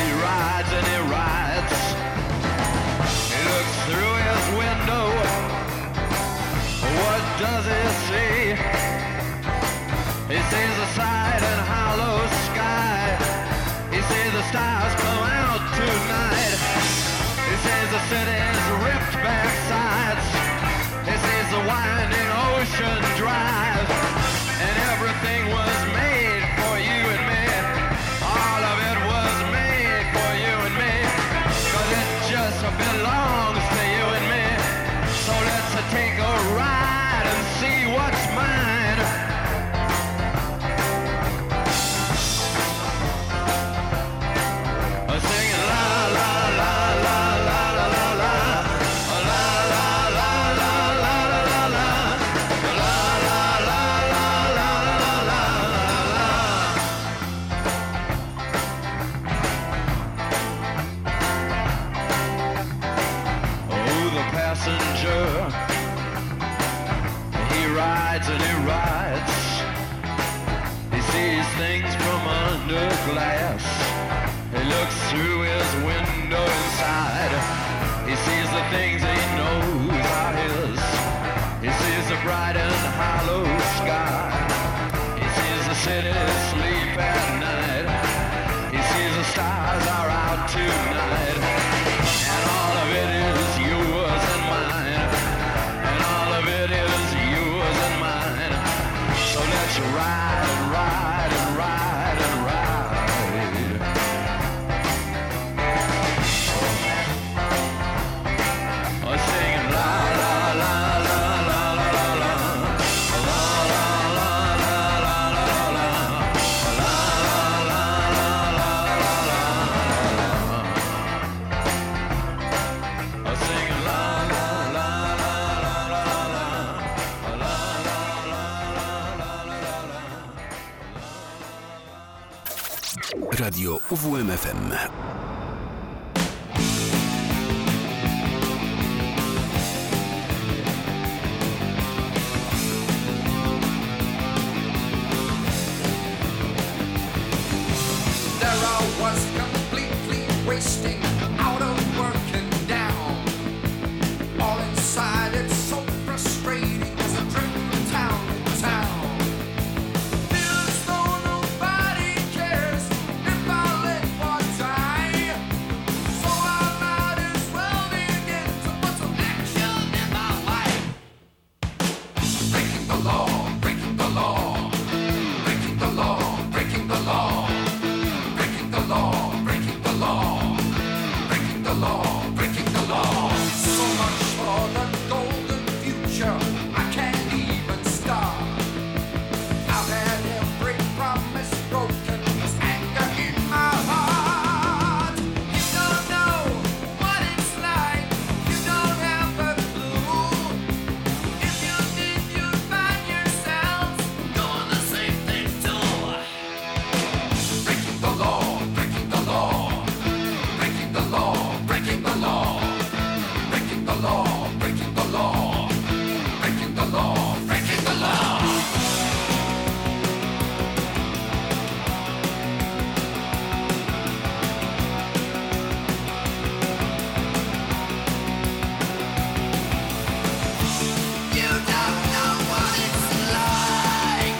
Through his window stars come out tonight. He says the city's ripped back sides. He says the winding ocean drive. And everything was made for you and me. All of it was made for you and me. Cause it just belongs to you and me. So let's take a ride and see what's mine. Singing la la la la la la la la. La la la la la la la la. La la la la la la la la. Oh, the passenger, he rides and he rides. He sees things from under glass. He looks through his window inside. He sees the things he knows are his. He sees the bright and hollow sky. He sees the city sleep at night. He sees the stars are out tonight. And all of it is yours and mine. And all of it is yours and mine. So let's ride and ride and ride and ride. Oh, singing la la la la la la la la. La la la la la la la la. La la la la la la la. Oh, singing la la la la la la la la. La la la la la la la. Radio U W M F M. There I was completely wasting, out of work and down. All inside, it's so frustrating as I drift from town to town. Feels though nobody cares if I live or die. So I might as well begin to put some action in my life. Breaking the law, breaking the law, breaking the law, breaking the law. Breaking the law, breaking the law, breaking the law, breaking the law. So much for the golden future, I can't even start. I've had every promise broken, there's anger in my heart. You don't know what it's like, you don't have a clue. If you did, you'd find yourselves doing the same thing too. Breaking the law, breaking the law, breaking the law, breaking the law, breaking the law, breaking the law, breaking the law, breaking the law. You don't know what it's like.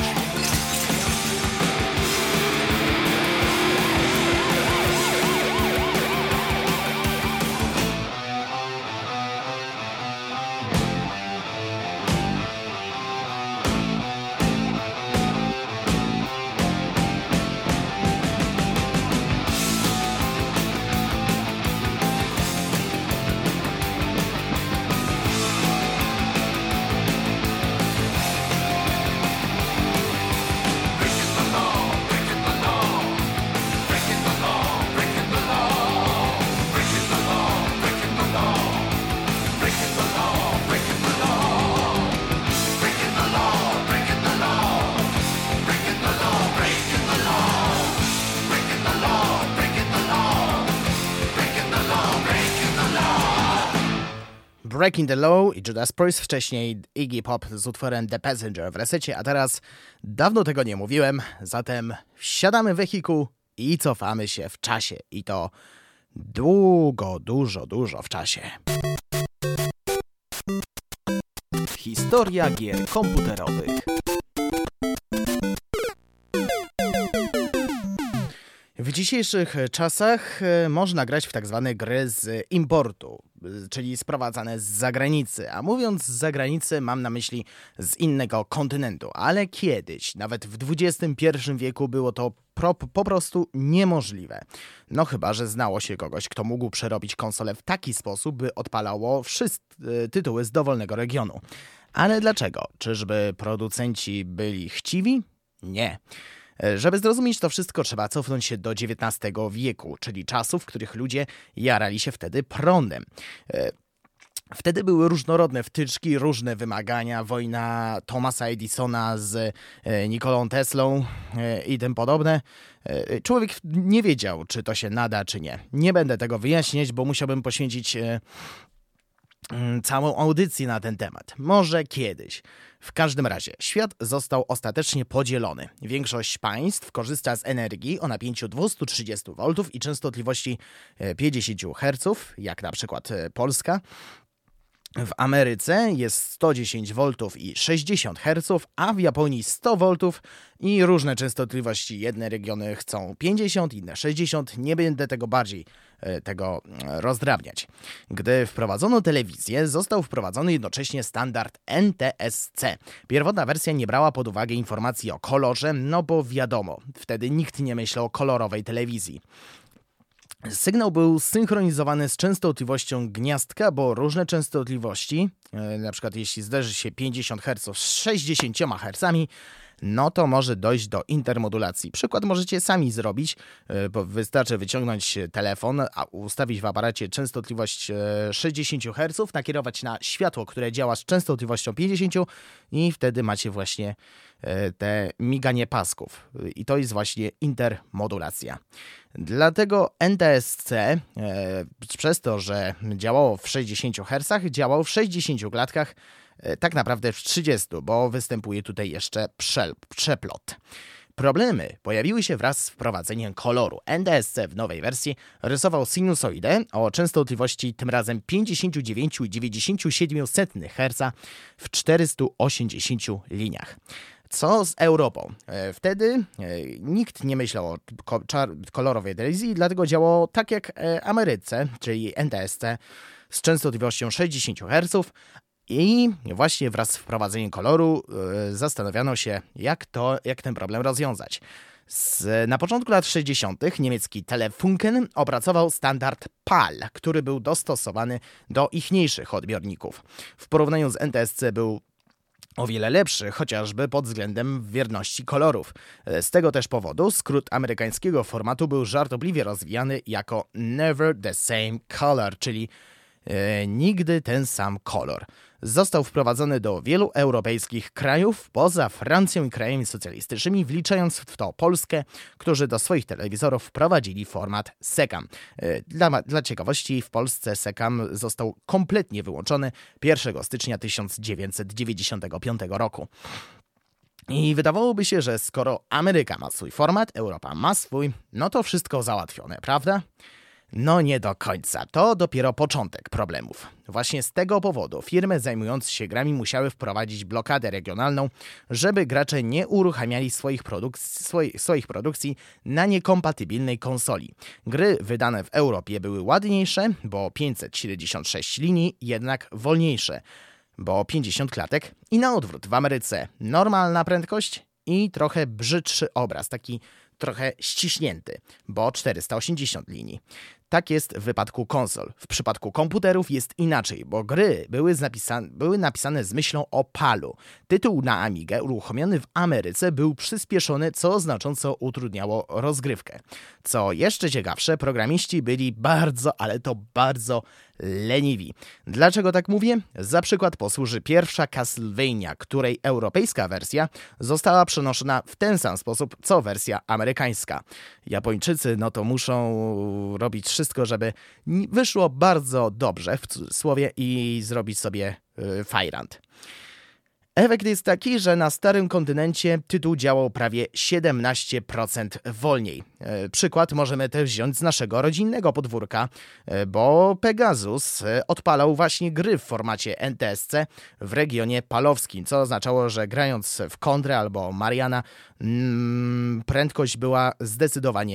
Breaking the Law i Judas Priest, wcześniej Iggy Pop z utworem The Passenger w resecie, a teraz dawno tego nie mówiłem, zatem wsiadamy w wehikuł i cofamy się w czasie i to długo, dużo, dużo w czasie. Historia gier komputerowych. W dzisiejszych czasach można grać w tak zwane gry z importu, czyli sprowadzane z zagranicy. A mówiąc z zagranicy, mam na myśli z innego kontynentu. Ale kiedyś, nawet w dwudziestym pierwszym wieku, było to pro, po prostu niemożliwe. No chyba że znało się kogoś, kto mógł przerobić konsolę w taki sposób, by odpalało wszystkie tytuły z dowolnego regionu. Ale dlaczego? Czyżby producenci byli chciwi? Nie. Żeby zrozumieć to wszystko, trzeba cofnąć się do dziewiętnastego wieku, czyli czasów, w których ludzie jarali się wtedy prądem. Wtedy były różnorodne wtyczki, różne wymagania, wojna Thomasa Edisona z Nikolą Teslą i tym podobne. Człowiek nie wiedział, czy to się nada, czy nie. Nie będę tego wyjaśniać, bo musiałbym poświęcić całą audycję na ten temat. Może kiedyś. W każdym razie, świat został ostatecznie podzielony. Większość państw korzysta z energii o napięciu dwieście trzydzieści woltów i częstotliwości pięćdziesiąt herców, jak na przykład Polska. W Ameryce jest sto dziesięć woltów i sześćdziesiąt herców, a w Japonii sto woltów i różne częstotliwości. Jedne regiony chcą pięćdziesiąt, inne sześćdziesiąt. Nie będę tego bardziej e, tego rozdrabniać. Gdy wprowadzono telewizję, został wprowadzony jednocześnie standard N T S C. Pierwotna wersja nie brała pod uwagę informacji o kolorze, no bo wiadomo, wtedy nikt nie myślał o kolorowej telewizji. Sygnał był synchronizowany z częstotliwością gniazdka, bo różne częstotliwości, na przykład jeśli zderzy się pięćdziesiąt herców z sześćdziesięcioma hercami, no to może dojść do intermodulacji. Przykład możecie sami zrobić, bo wystarczy wyciągnąć telefon, a ustawić w aparacie częstotliwość sześćdziesiąt herców, nakierować na światło, które działa z częstotliwością pięćdziesiąt i wtedy macie właśnie te miganie pasków. I to jest właśnie intermodulacja. Dlatego N T S C, e, przez to, że działało w sześćdziesięciu hercach, działało w sześćdziesięciu klatkach, e, tak naprawdę w trzydziestu, bo występuje tutaj jeszcze prze, przeplot. Problemy pojawiły się wraz z wprowadzeniem koloru. N T S C w nowej wersji rysował sinusoidę o częstotliwości tym razem pięćdziesiąt dziewięć przecinek dziewięćdziesiąt siedem herca w czterystu osiemdziesięciu liniach. Co z Europą? Wtedy nikt nie myślał o kolorowej telewizji, dlatego działało tak jak w Ameryce, czyli N T S C z częstotliwością sześćdziesiąt herców i właśnie wraz z wprowadzeniem koloru zastanawiano się, jak, to, jak ten problem rozwiązać. Z, na początku lat sześćdziesiątych niemiecki Telefunken opracował standard P A L, który był dostosowany do ichniejszych odbiorników. W porównaniu z N T S C był o wiele lepszy, chociażby pod względem wierności kolorów. Z tego też powodu skrót amerykańskiego formatu był żartobliwie rozwijany jako Never the Same Color, czyli e, nigdy ten sam kolor. Został wprowadzony do wielu europejskich krajów, poza Francją i krajami socjalistycznymi, wliczając w to Polskę, którzy do swoich telewizorów wprowadzili format SECAM. Dla, dla ciekawości, w Polsce SECAM został kompletnie wyłączony pierwszego stycznia tysiąc dziewięćset dziewięćdziesiątego piątego roku. I wydawałoby się, że skoro Ameryka ma swój format, Europa ma swój, no to wszystko załatwione, prawda? No nie do końca. To dopiero początek problemów. Właśnie z tego powodu firmy zajmujące się grami musiały wprowadzić blokadę regionalną, żeby gracze nie uruchamiali swoich, produk- swoich, swoich produkcji na niekompatybilnej konsoli. Gry wydane w Europie były ładniejsze, bo pięćset siedemdziesiąt sześć linii, jednak wolniejsze, bo pięćdziesiąt klatek i na odwrót w Ameryce normalna prędkość i trochę brzydszy obraz, taki trochę ściśnięty, bo czterysta osiemdziesiąt linii. Tak jest w wypadku konsol. W przypadku komputerów jest inaczej, bo gry były, napisane, były napisane z myślą o P A L-u. Tytuł na Amigę uruchomiony w Ameryce był przyspieszony, co znacząco utrudniało rozgrywkę. Co jeszcze ciekawsze, programiści byli bardzo, ale to bardzo leniwi. Dlaczego tak mówię? Za przykład posłuży pierwsza Castlevania, której europejska wersja została przenoszona w ten sam sposób, co wersja amerykańska. Japończycy no to muszą robić wszystko, żeby wyszło bardzo dobrze, w cudzysłowie, i zrobić sobie yy, fajrant. Efekt jest taki, że na starym kontynencie tytuł działał prawie siedemnaście procent wolniej. Przykład możemy też wziąć z naszego rodzinnego podwórka, bo Pegasus odpalał właśnie gry w formacie N T S C w regionie palowskim, co oznaczało, że grając w Kontrę albo Mariana prędkość była zdecydowanie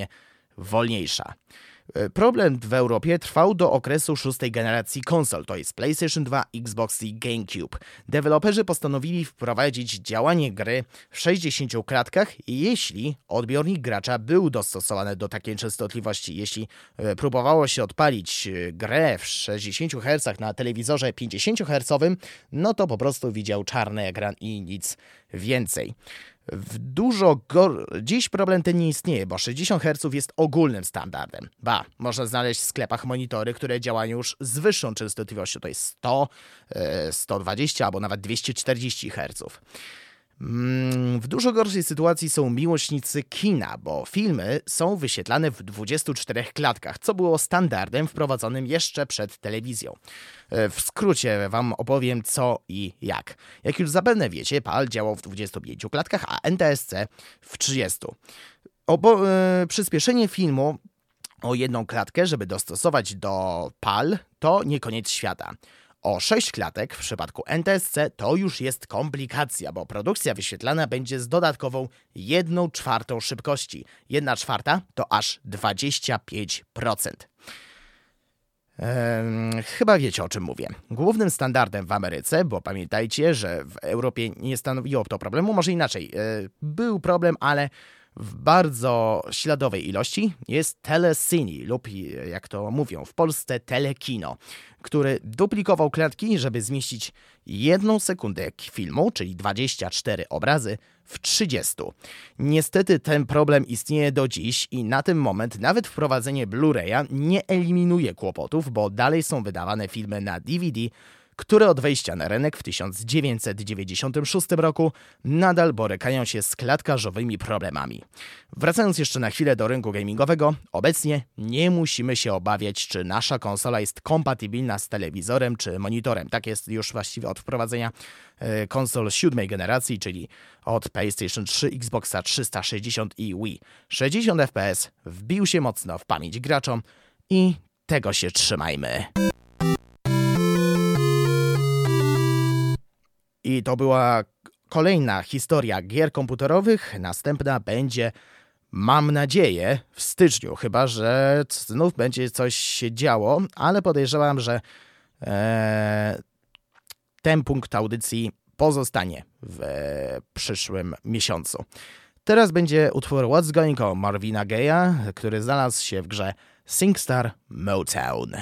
wolniejsza. Problem w Europie trwał do okresu szóstej generacji konsol, to jest PlayStation dwa, Xbox i GameCube. Deweloperzy postanowili wprowadzić działanie gry w sześćdziesięciu klatkach, jeśli odbiornik gracza był dostosowany do takiej częstotliwości. Jeśli próbowało się odpalić grę w sześćdziesięciu hercach na telewizorze pięćdziesięciohercowym, no to po prostu widział czarny ekran i nic więcej. W dużo gor... Dziś problem ten nie istnieje, bo sześćdziesiąt herców jest ogólnym standardem. Ba, można znaleźć w sklepach monitory, które działają już z wyższą częstotliwością, to jest sto, sto dwadzieścia albo nawet dwieście czterdzieści herców. W dużo gorszej sytuacji są miłośnicy kina, bo filmy są wyświetlane w dwudziestu czterech klatkach, co było standardem wprowadzonym jeszcze przed telewizją. W skrócie wam opowiem co i jak. Jak już zapewne wiecie, PAL działał w dwudziestu pięciu klatkach, a N T S C w trzydziestu. Obo- e, przyspieszenie filmu o jedną klatkę, żeby dostosować do PAL, to nie koniec świata. O sześć klatek w przypadku N T S C to już jest komplikacja, bo produkcja wyświetlana będzie z dodatkową jedną czwartą szybkości. Jedna czwarta to aż dwadzieścia pięć procent. Ehm, chyba wiecie o czym mówię. Głównym standardem w Ameryce, bo pamiętajcie, że w Europie nie stanowiło to problemu, może inaczej, e, był problem, ale w bardzo śladowej ilości jest telecine lub, jak to mówią w Polsce, telekino, który duplikował klatki, żeby zmieścić jedną sekundę filmu, czyli dwadzieścia cztery obrazy, w trzydziestu. Niestety ten problem istnieje do dziś i na ten moment nawet wprowadzenie Blu-raya nie eliminuje kłopotów, bo dalej są wydawane filmy na D V D, które od wejścia na rynek w tysiąc dziewięćset dziewięćdziesiątym szóstym roku nadal borykają się z klatkarzowymi problemami. Wracając jeszcze na chwilę do rynku gamingowego, obecnie nie musimy się obawiać, czy nasza konsola jest kompatybilna z telewizorem czy monitorem. Tak jest już właściwie od wprowadzenia e, konsol siódmej generacji, czyli od PlayStation trzy, Xboxa trzysta sześćdziesiąt i Wii. sześćdziesiąt F P S wbił się mocno w pamięć graczom i tego się trzymajmy. I to była kolejna historia gier komputerowych. Następna będzie, mam nadzieję, w styczniu, chyba że znów będzie coś się działo, ale podejrzewam, że e, ten punkt audycji pozostanie w e, przyszłym miesiącu. Teraz będzie utwór What's Going On Marvina Gaye'a, który znalazł się w grze SingStar Motown.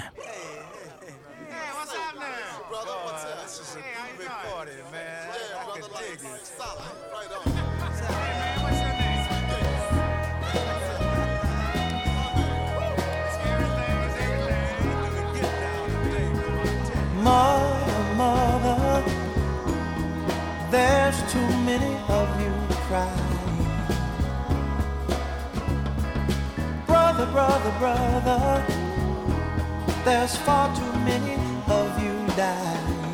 Mother, mother, there's too many of you crying. Brother, brother, brother, there's far too many of you dying.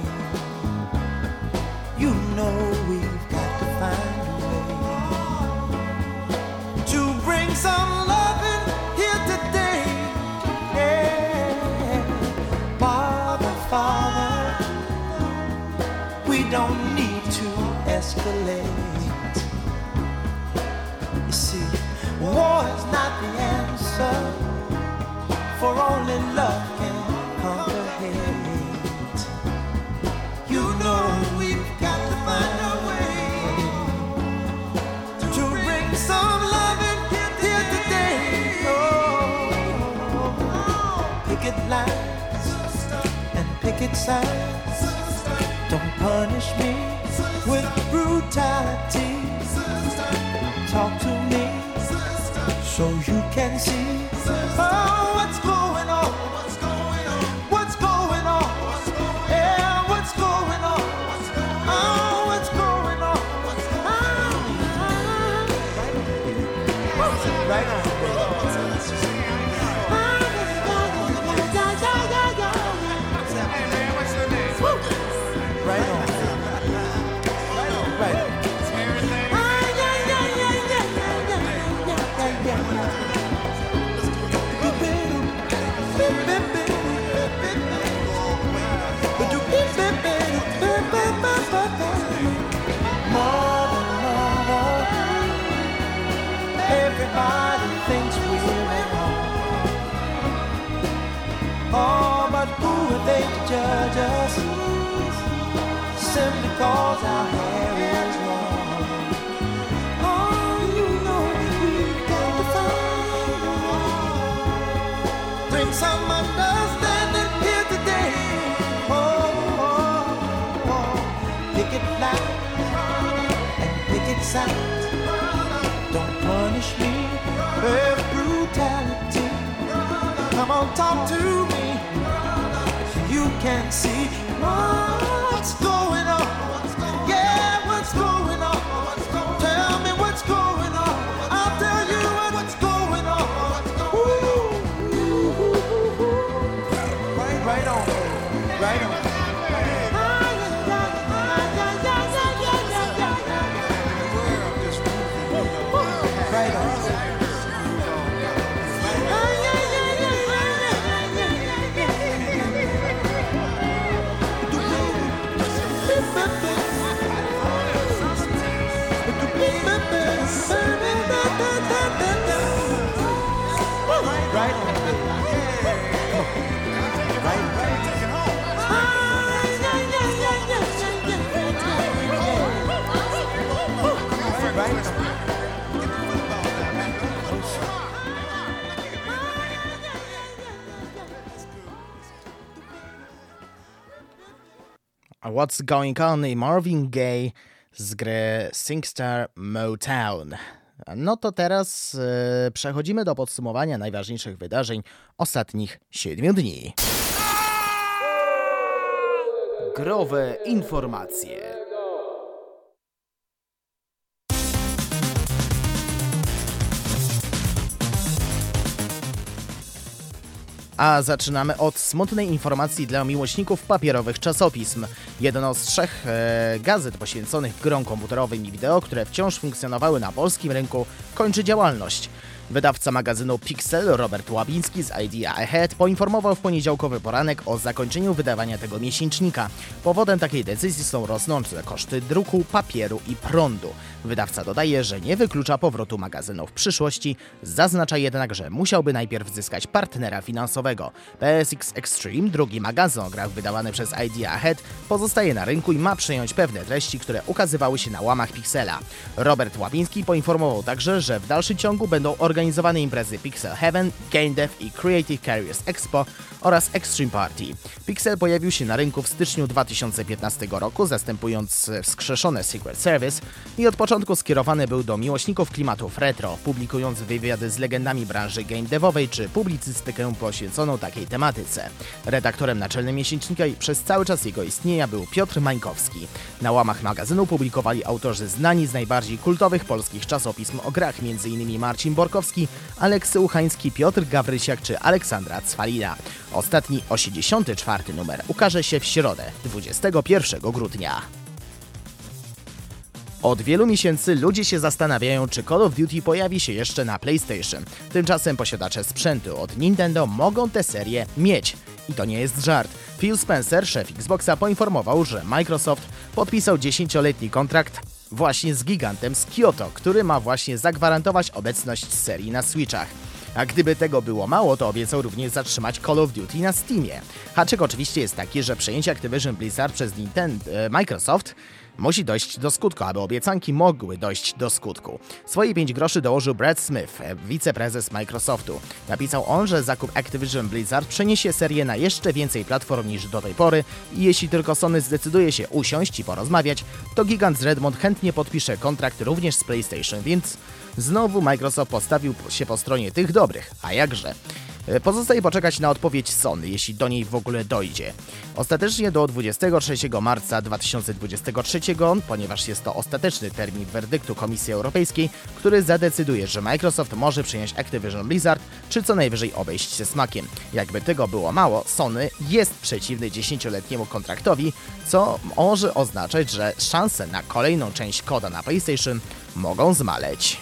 You know we've got to find a way to bring some love in here today. Yeah. Father, Father, we don't need to escalate. You see, war is not the answer, for only love can conquer hate. You know we've got to find a way to bring some love in here today. Oh, picket lines and picket signs, don't punish me with brutality. Talk to me so you can see, oh, what's going on, what's going on, what's going on, yeah, what's going on, oh, what's going on, ah, right on, right on, right on. simply cause our hair is long. Oh, you know we've got to find a way. Bring some understanding here today. Oh, oh, oh. Picket lines and picket signs. Don't punish me with brutality. Come on, talk to me so you can see what's going on. Yeah, what's going on? Tell me what's going on. I'll tell you what's going on. Ooh, right on, right on. Right on. What's Going On i Marvin Gaye z gry SingStar Motown. No to teraz e, przechodzimy do podsumowania najważniejszych wydarzeń ostatnich siedmiu dni. Growe informacje. A zaczynamy od smutnej informacji dla miłośników papierowych czasopism. Jedno z trzech e, gazet poświęconych grom komputerowym i wideo, które wciąż funkcjonowały na polskim rynku, kończy działalność. Wydawca magazynu Pixel, Robert Łabiński z Idea Ahead, poinformował w poniedziałkowy poranek o zakończeniu wydawania tego miesięcznika. Powodem takiej decyzji są rosnące koszty druku, papieru i prądu. Wydawca dodaje, że nie wyklucza powrotu magazynu w przyszłości, zaznacza jednak, że musiałby najpierw zyskać partnera finansowego. P S X Extreme, drugi magazyn o grach wydawany przez Idea Ahead, pozostaje na rynku i ma przejąć pewne treści, które ukazywały się na łamach Pixela. Robert Łabiński poinformował także, że w dalszym ciągu będą organizowane imprezy Pixel Heaven, Game Dev i Creative Carriers Expo oraz Extreme Party. Pixel pojawił się na rynku w styczniu dwa tysiące piętnastego roku, zastępując wskrzeszone Secret Service i od początku skierowany był do miłośników klimatów retro, publikując wywiady z legendami branży game devowej czy publicystykę poświęconą takiej tematyce. Redaktorem naczelnym miesięcznika i przez cały czas jego istnienia był Piotr Mańkowski. Na łamach magazynu publikowali autorzy znani z najbardziej kultowych polskich czasopism o grach, m.in. Marcin Borkowski, Aleksy Uchański, Piotr Gawrysiak czy Aleksandra Cwalina. Ostatni, osiemdziesiąty czwarty numer ukaże się w środę, dwudziestego pierwszego grudnia. Od wielu miesięcy ludzie się zastanawiają, czy Call of Duty pojawi się jeszcze na PlayStation. Tymczasem posiadacze sprzętu od Nintendo mogą tę serię mieć. I to nie jest żart. Phil Spencer, szef Xboxa, poinformował, że Microsoft podpisał dziesięcioletni kontrakt właśnie z gigantem z Kyoto, który ma właśnie zagwarantować obecność serii na Switchach. A gdyby tego było mało, to obiecał również zatrzymać Call of Duty na Steamie. Haczyk oczywiście jest taki, że przejęcie Activision Blizzard przez Nintendo, e, Microsoft musi dojść do skutku, aby obiecanki mogły dojść do skutku. Swoje pięć groszy dołożył Brad Smith, wiceprezes Microsoftu. Napisał on, że zakup Activision Blizzard przeniesie serię na jeszcze więcej platform niż do tej pory i jeśli tylko Sony zdecyduje się usiąść i porozmawiać, to gigant z Redmond chętnie podpisze kontrakt również z PlayStation, więc znowu Microsoft postawił się po stronie tych dobrych, a jakże. Pozostaje poczekać na odpowiedź Sony, jeśli do niej w ogóle dojdzie. Ostatecznie do dwudziestego trzeciego marca dwa tysiące dwudziestego trzeciego, ponieważ jest to ostateczny termin werdyktu Komisji Europejskiej, który zadecyduje, że Microsoft może przejąć Activision Blizzard, czy co najwyżej obejść się smakiem. Jakby tego było mało, Sony jest przeciwny dziesięcioletniemu kontraktowi, co może oznaczać, że szanse na kolejną część koda na PlayStation mogą zmaleć.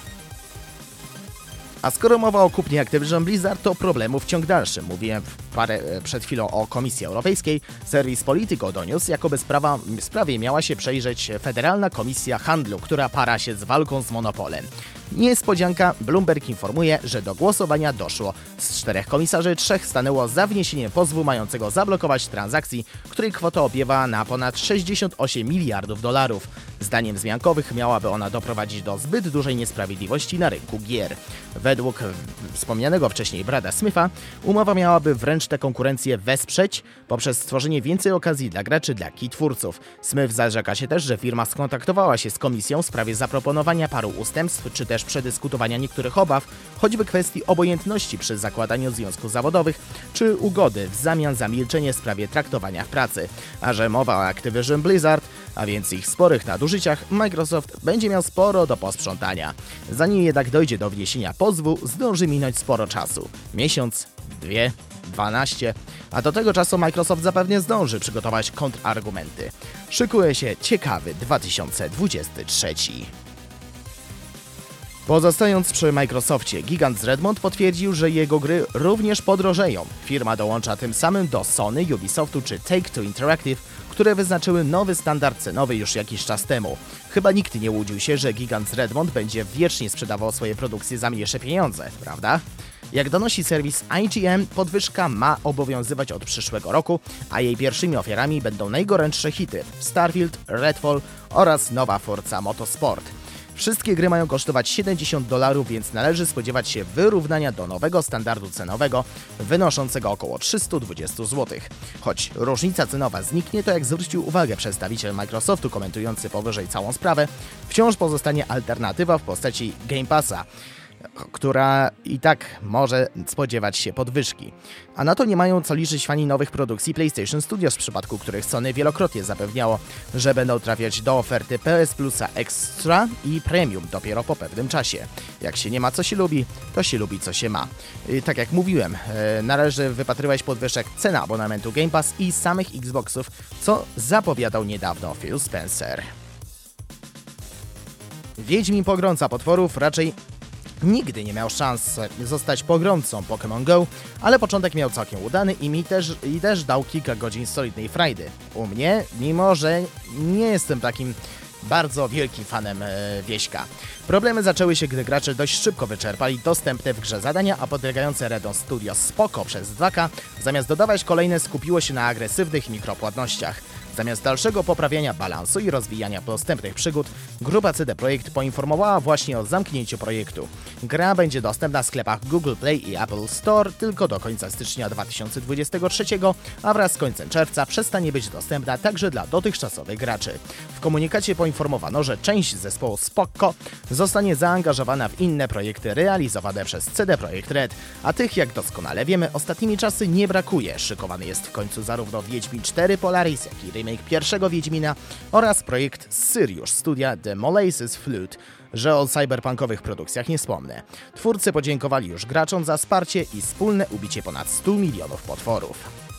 A skoro mowa o kupnie Activision Blizzard, to problemów ciąg dalszy. Mówiłem parę, przed chwilą o Komisji Europejskiej. Serwis Politico doniósł, jakoby sprawa, sprawie miała się przejrzeć Federalna Komisja Handlu, która para się z walką z monopolem. Niespodzianka, Bloomberg informuje, że do głosowania doszło. Z czterech komisarzy trzech stanęło za wniesieniem pozwu mającego zablokować transakcji, której kwota opiewa na ponad sześćdziesiąt osiem miliardów dolarów. Zdaniem wzmiankowych miałaby ona doprowadzić do zbyt dużej niesprawiedliwości na rynku gier. Według wspomnianego wcześniej Brada Smitha umowa miałaby wręcz tę konkurencję wesprzeć poprzez stworzenie więcej okazji dla graczy, dla key twórców. Smith zarzeka się też, że firma skontaktowała się z komisją w sprawie zaproponowania paru ustępstw, czy też przedyskutowania niektórych obaw, choćby kwestii obojętności przy zakładaniu związków zawodowych, czy ugody w zamian za milczenie w sprawie traktowania w pracy. A że mowa o Activision Blizzard, a więc ich sporych nadużyciach, Microsoft będzie miał sporo do posprzątania. Zanim jednak dojdzie do wniesienia pozwu, zdąży minąć sporo czasu. Miesiąc, dwie, dwanaście, a do tego czasu Microsoft zapewne zdąży przygotować kontrargumenty. Szykuje się ciekawy dwa tysiące dwudziesty trzeci. Pozostając przy Microsoftie, gigant z Redmond potwierdził, że jego gry również podrożeją. Firma dołącza tym samym do Sony, Ubisoftu czy Take-Two Interactive, które wyznaczyły nowy standard cenowy już jakiś czas temu. Chyba nikt nie łudził się, że gigant z Redmond będzie wiecznie sprzedawał swoje produkcje za mniejsze pieniądze, prawda? Jak donosi serwis I G N, podwyżka ma obowiązywać od przyszłego roku, a jej pierwszymi ofiarami będą najgorętsze hity Starfield, Redfall oraz nowa Forza Motorsport. Wszystkie gry mają kosztować siedemdziesiąt dolarów, więc należy spodziewać się wyrównania do nowego standardu cenowego wynoszącego około trzysta dwadzieścia złotych. Choć różnica cenowa zniknie, to jak zwrócił uwagę przedstawiciel Microsoftu komentujący powyżej całą sprawę, wciąż pozostanie alternatywa w postaci Game Passa, która i tak może spodziewać się podwyżki. A na to nie mają co liczyć fani nowych produkcji PlayStation Studios, w przypadku których Sony wielokrotnie zapewniało, że będą trafiać do oferty P S Plusa Extra i Premium dopiero po pewnym czasie. Jak się nie ma co się lubi, to się lubi co się ma. I tak jak mówiłem, należy wypatrywać podwyżek ceny abonamentu Game Pass i samych Xboxów, co zapowiadał niedawno Phil Spencer. Wiedźmin Pogromca Potworów raczej nigdy nie miał szans zostać pogromcą Pokémon Go, ale początek miał całkiem udany i mi też, i też dał kilka godzin solidnej frajdy. U mnie, mimo że nie jestem takim bardzo wielkim fanem e, wieśka. Problemy zaczęły się, gdy gracze dość szybko wyczerpali dostępne w grze zadania, a podlegające Redon Studios Spoko przez dwa K, zamiast dodawać kolejne, skupiło się na agresywnych mikropłatnościach. Zamiast dalszego poprawiania balansu i rozwijania dostępnych przygód, grupa C D Projekt poinformowała właśnie o zamknięciu projektu. Gra będzie dostępna w sklepach Google Play i Apple Store tylko do końca stycznia dwa tysiące dwudziestego trzeciego, a wraz z końcem czerwca przestanie być dostępna także dla dotychczasowych graczy. W komunikacie poinformowano, że część zespołu Spoko zostanie zaangażowana w inne projekty realizowane przez C D Projekt Red, a tych, jak doskonale wiemy, ostatnimi czasy nie brakuje. Szykowany jest w końcu zarówno Wiedźmin cztery Polaris, jak i remake pierwszego Wiedźmina oraz projekt Sirius studia The Molasses Flute, że o cyberpunkowych produkcjach nie wspomnę. Twórcy podziękowali już graczom za wsparcie i wspólne ubicie ponad stu milionów potworów.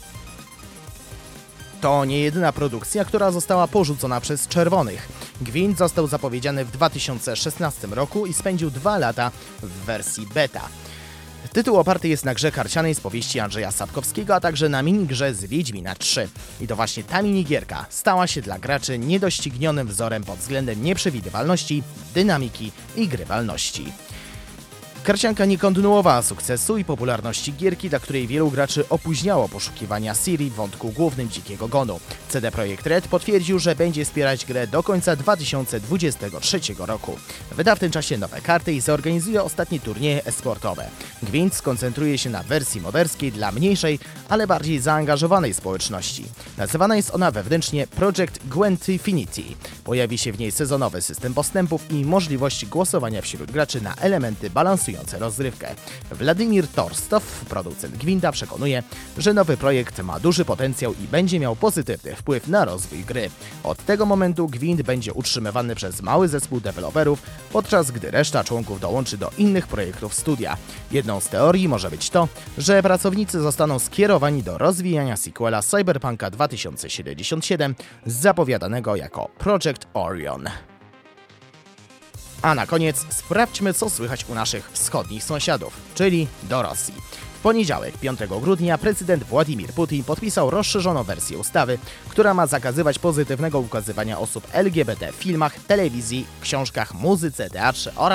To nie jedyna produkcja, która została porzucona przez czerwonych. Gwint został zapowiedziany w dwa tysiące szesnastym roku i spędził dwa lata w wersji beta. Tytuł oparty jest na grze karcianej z powieści Andrzeja Sapkowskiego, a także na minigrze z Wiedźmina trzy. I to właśnie ta minigierka stała się dla graczy niedoścignionym wzorem pod względem nieprzewidywalności, dynamiki i grywalności. Karcianka nie kontynuowała sukcesu i popularności gierki, dla której wielu graczy opóźniało poszukiwania Ciri w wątku głównym Dzikiego Gonu. C D Projekt Red potwierdził, że będzie wspierać grę do końca dwa tysiące dwudziestego trzeciego roku. Wyda w tym czasie nowe karty i zorganizuje ostatnie turnieje e-sportowe. Gwint skoncentruje się na wersji moderskiej dla mniejszej, ale bardziej zaangażowanej społeczności. Nazywana jest ona wewnętrznie Project Gwentifinity. Pojawi się w niej sezonowy system postępów i możliwość głosowania wśród graczy na elementy balansujące rozrywkę. Władimir Torstow, producent Gwinta, przekonuje, że nowy projekt ma duży potencjał i będzie miał pozytywny wpływ na rozwój gry. Od tego momentu Gwint będzie utrzymywany przez mały zespół deweloperów, podczas gdy reszta członków dołączy do innych projektów studia. Jedną z teorii może być to, że pracownicy zostaną skierowani do rozwijania sequela Cyberpunka dwa tysiące siedemdziesiąt siedem, zapowiadanego jako Project Orion. A na koniec sprawdźmy, co słychać u naszych wschodnich sąsiadów, czyli do Rosji. W poniedziałek, piątego grudnia, prezydent Władimir Putin podpisał rozszerzoną wersję ustawy, która ma zakazywać pozytywnego ukazywania osób L G B T w filmach, telewizji, książkach, muzyce, teatrze oraz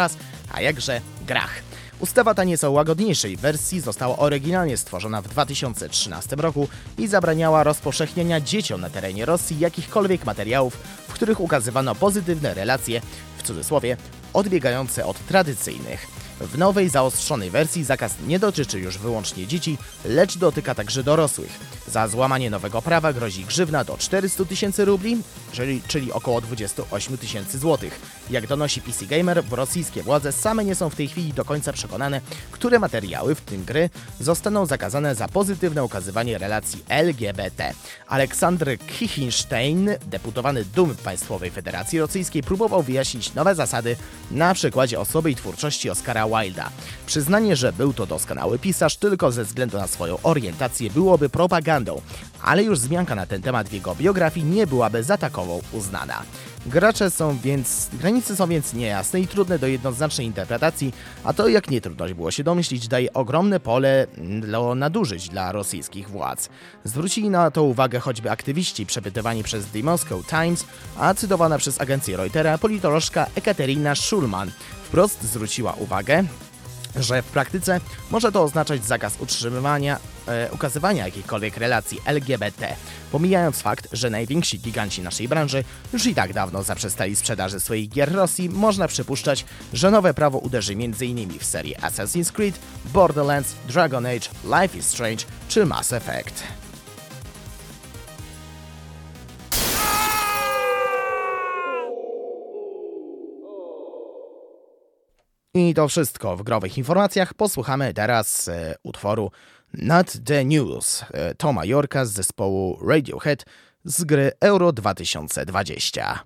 a jakże grach. Ustawa ta nieco łagodniejszej wersji została oryginalnie stworzona w dwa tysiące trzynastym roku i zabraniała rozpowszechniania dzieciom na terenie Rosji jakichkolwiek materiałów, w których ukazywano pozytywne relacje, w cudzysłowie, odbiegające od tradycyjnych. W nowej, zaostrzonej wersji zakaz nie dotyczy już wyłącznie dzieci, lecz dotyka także dorosłych. Za złamanie nowego prawa grozi grzywna do czterystu tysięcy rubli, czyli, czyli około dwadzieścia osiem tysięcy złotych. Jak donosi P C Gamer, rosyjskie władze same nie są w tej chwili do końca przekonane, które materiały, w tym gry, zostaną zakazane za pozytywne ukazywanie relacji L G B T. Aleksandr Kichinstein, deputowany Dum Państwowej Federacji Rosyjskiej, próbował wyjaśnić nowe zasady na przykładzie osoby i twórczości Oscara Wilda. Przyznanie, że był to doskonały pisarz tylko ze względu na swoją orientację byłoby propagandą, ale już wzmianka na ten temat w jego biografii nie byłaby za takową uznana. Gracze są więc, granice są więc niejasne i trudne do jednoznacznej interpretacji, a to, jak nie trudno było się domyślić, daje ogromne pole do nadużyć dla rosyjskich władz. Zwrócili na to uwagę choćby aktywiści przepytywani przez The Moscow Times, a cytowana przez agencję Reutera politolożka Ekaterina Szulman wprost zwróciła uwagę, że w praktyce może to oznaczać zakaz utrzymywania, e, ukazywania jakichkolwiek relacji L G B T, pomijając fakt, że najwięksi giganci naszej branży już i tak dawno zaprzestali sprzedaży swoich gier Rosji, można przypuszczać, że nowe prawo uderzy między innymi w serię Assassin's Creed, Borderlands, Dragon Age, Life is Strange czy Mass Effect. I to wszystko w growych informacjach. Posłuchamy teraz e, utworu Not the News e, Toma Yorka z zespołu Radiohead z gry Euro dwa tysiące dwadzieścia.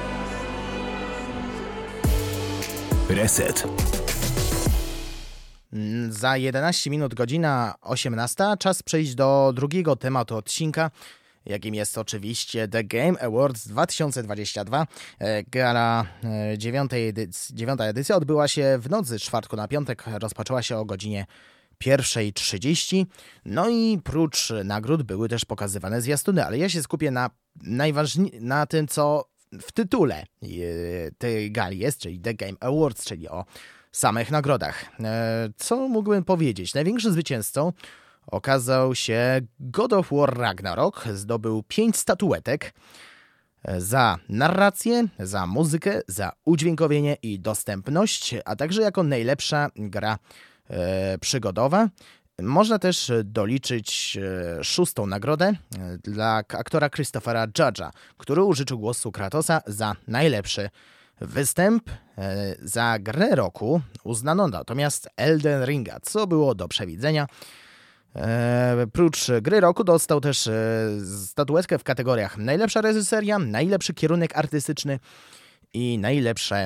Reset. Za jedenaście minut godzina osiemnasta. Czas przejść do drugiego tematu odcinka, jakim jest oczywiście The Game Awards dwa tysiące dwudziesty drugi. Gala dziewiątej edycji, dziewiąta edycja odbyła się w nocy z czwartku na piątek. Rozpoczęła się o godzinie pierwsza trzydzieści. No i prócz nagród były też pokazywane zwiastuny, ale ja się skupię na najważniejszym, na tym, co w tytule tej gali jest, czyli The Game Awards, czyli o samych nagrodach. Co mógłbym powiedzieć? Największym zwycięzcą okazał się God of War Ragnarok. Zdobył pięć statuetek za narrację, za muzykę, za udźwiękowienie i dostępność, a także jako najlepsza gra e, przygodowa. Można też doliczyć e, szóstą nagrodę e, dla aktora Christophera Judge'a, który użyczył głosu Kratosa za najlepszy występ. E, za grę roku uznano natomiast Elden Ringa, co było do przewidzenia. E, prócz gry roku dostał też e, statuetkę w kategoriach najlepsza reżyseria, najlepszy kierunek artystyczny i najlepsze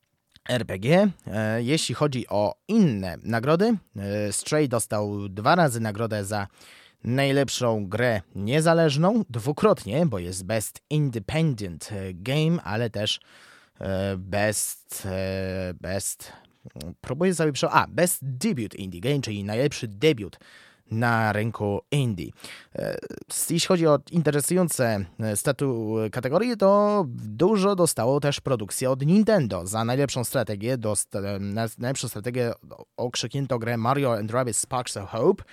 R P G. E, jeśli chodzi o inne nagrody, e, Stray dostał dwa razy nagrodę za najlepszą grę niezależną, dwukrotnie, bo jest Best Independent Game, ale też e, Best e, Best próbuję sobie prze... A, Best Debut Indie Game, czyli najlepszy debiut na rynku indie. Jeśli chodzi o interesujące statu kategorie, to dużo dostało też produkcja od Nintendo. Za najlepszą strategię, dost, najlepszą strategię okrzyknięto grę Mario and Rabbids Sparks of Hope,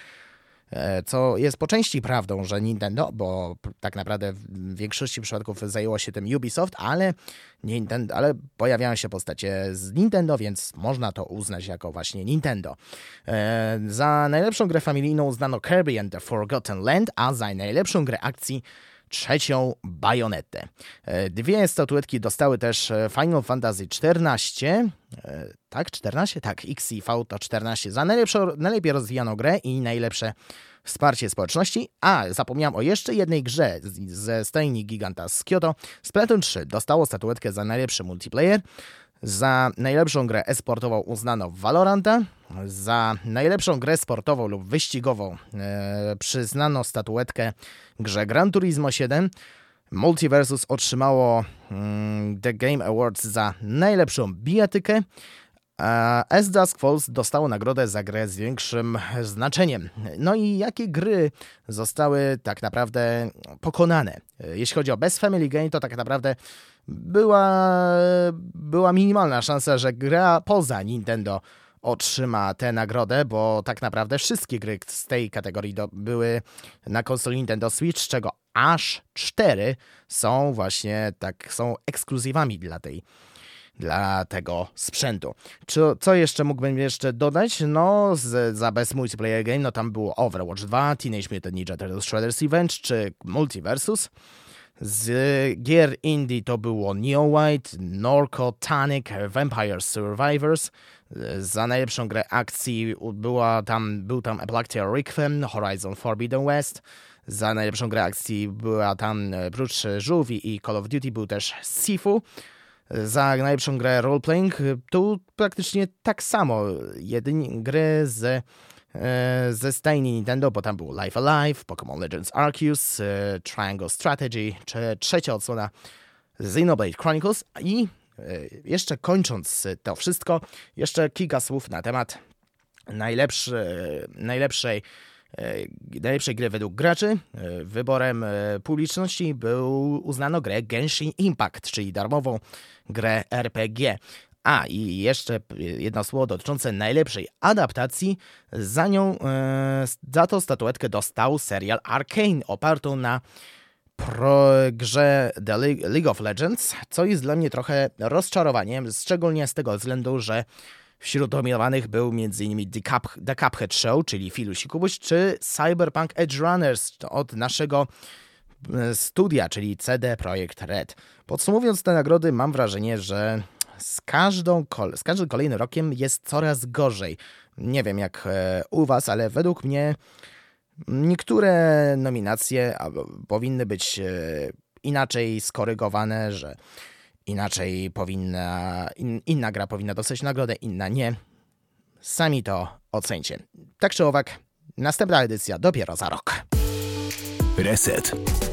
co jest po części prawdą, że Nintendo, bo tak naprawdę w większości przypadków zajęło się tym Ubisoft, ale, Nintendo, ale pojawiają się postacie z Nintendo, więc można to uznać jako właśnie Nintendo. E, za najlepszą grę familijną uznano Kirby and the Forgotten Land, a za najlepszą grę akcji trzecią Bajonetę. E, dwie statuetki dostały też Final Fantasy czternaście, e, tak, czternaście? Tak, X I V to czternaście, za najlepszą, najlepiej rozwijaną grę i najlepsze wsparcie społeczności. A, zapomniałem o jeszcze jednej grze ze stajni giganta z Kyoto. Splatoon trzy dostało statuetkę za najlepszy multiplayer. Za najlepszą grę e-sportową uznano Valoranta. Za najlepszą grę sportową lub wyścigową e, przyznano statuetkę grze Gran Turismo siedem. Multiversus otrzymało mm, The Game Awards za najlepszą bijatykę. A As Dusk Falls dostało nagrodę za grę z większym znaczeniem. No i jakie gry zostały tak naprawdę pokonane? Jeśli chodzi o Best Family Game, to tak naprawdę była, była minimalna szansa, że gra poza Nintendo otrzyma tę nagrodę, bo tak naprawdę wszystkie gry z tej kategorii do, były na konsoli Nintendo Switch, z czego aż cztery są właśnie tak, są ekskluzywami dla tej dla tego sprzętu. Czy, co jeszcze mógłbym jeszcze dodać? No, z, za Best Multiplayer Game, no tam było Overwatch dwa, Teenage Mutant Ninja Turtles Shredder's Revenge czy Multiversus. Z gier indie to było Neo White, Norco, Tunic, Vampire Survivors. Za najlepszą grę akcji była tam, był tam A Plague Tale Requiem, Horizon Forbidden West. Za najlepszą grę akcji była tam, prócz żółwi i Call of Duty, był też Sifu. Za najlepszą grę roleplaying tu praktycznie tak samo. Jedynie gry z, ze stajni Nintendo, bo tam był Life Alive, Pokémon Legends Arceus, Triangle Strategy, czy trzecia odsłona Xenoblade Chronicles. I jeszcze kończąc to wszystko, jeszcze kilka słów na temat najlepszy, najlepszej najlepszej gry według graczy. Wyborem publiczności był uznano grę Genshin Impact, czyli darmową grę R P G. A i jeszcze jedno słowo dotyczące najlepszej adaptacji. Za nią, za tą statuetkę dostał serial Arcane, opartą na pro grze The League of Legends, co jest dla mnie trochę rozczarowaniem, szczególnie z tego względu, że wśród nominowanych był m.in. The, Cup, The Cuphead Show, czyli Filuś i Kubuś, czy Cyberpunk Edge Runners od naszego studia, czyli C D Projekt Red. Podsumowując te nagrody, mam wrażenie, że z, każdą, z każdym kolejnym rokiem jest coraz gorzej. Nie wiem jak u was, ale według mnie niektóre nominacje powinny być inaczej skorygowane, że inaczej powinna, in, inna gra powinna dostać nagrodę, inna nie. Sami to ocencie. Tak czy owak, następna edycja dopiero za rok. Reset.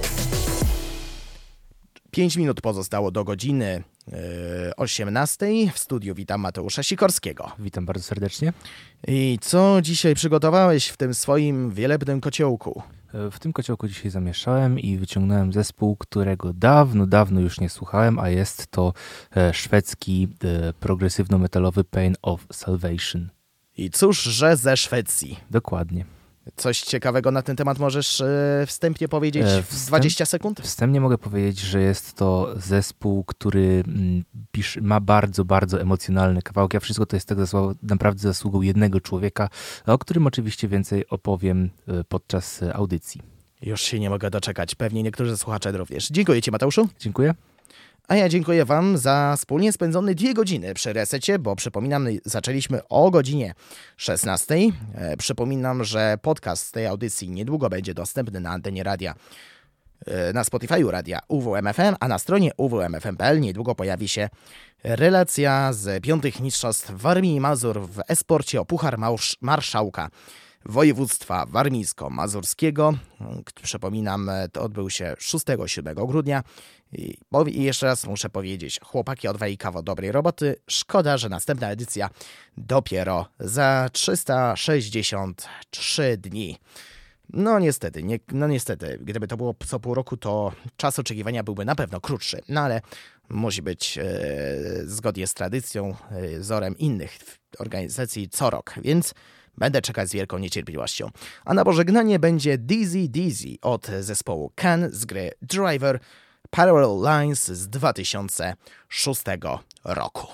Pięć minut pozostało do godziny yy, osiemnastej. W studiu witam Mateusza Sikorskiego. Witam bardzo serdecznie. I co dzisiaj przygotowałeś w tym swoim wielebnym kociołku? W tym kociołku dzisiaj zamieszałem i wyciągnąłem zespół, którego dawno, dawno już nie słuchałem, a jest to szwedzki progresywno-metalowy Pain of Salvation. I cóż, że ze Szwecji. Dokładnie. Coś ciekawego na ten temat możesz e, wstępnie powiedzieć w Wstęp, dwadzieścia sekund? Wstępnie mogę powiedzieć, że jest to zespół, który m, pisz, ma bardzo, bardzo emocjonalne kawałki, a wszystko to jest tak zasłu- naprawdę zasługą jednego człowieka, o którym oczywiście więcej opowiem e, podczas audycji. Już się nie mogę doczekać. Pewnie niektórzy słuchacze również. Dziękuję Ci, Mateuszu. Dziękuję. A ja dziękuję Wam za wspólnie spędzone dwie godziny przy resecie, bo przypominam, zaczęliśmy o godzinie szesnastej. E, przypominam, że podcast z tej audycji niedługo będzie dostępny na antenie radia, e, na Spotify'u radia U W M F M, a na stronie u w m f m kropka p l niedługo pojawi się relacja z piątych mistrzostw Warmii i Mazur w e-sporcie o Puchar Marsz- Marszałka Województwa Warmińsko-Mazurskiego. Przypominam, to odbył się szóstego do siódmego grudnia. I, I jeszcze raz muszę powiedzieć, chłopaki odwali kawał dobrej roboty. Szkoda, że następna edycja dopiero za trzysta sześćdziesiąt trzy dni. No niestety, nie, no niestety, gdyby to było co pół roku, to czas oczekiwania byłby na pewno krótszy. No ale musi być e, zgodnie z tradycją, e, wzorem innych organizacji co rok, więc będę czekać z wielką niecierpliwością. A na pożegnanie będzie Dizzy Dizzy od zespołu Can z gry Driver Parallel Lines z dwa tysiące szóstego roku.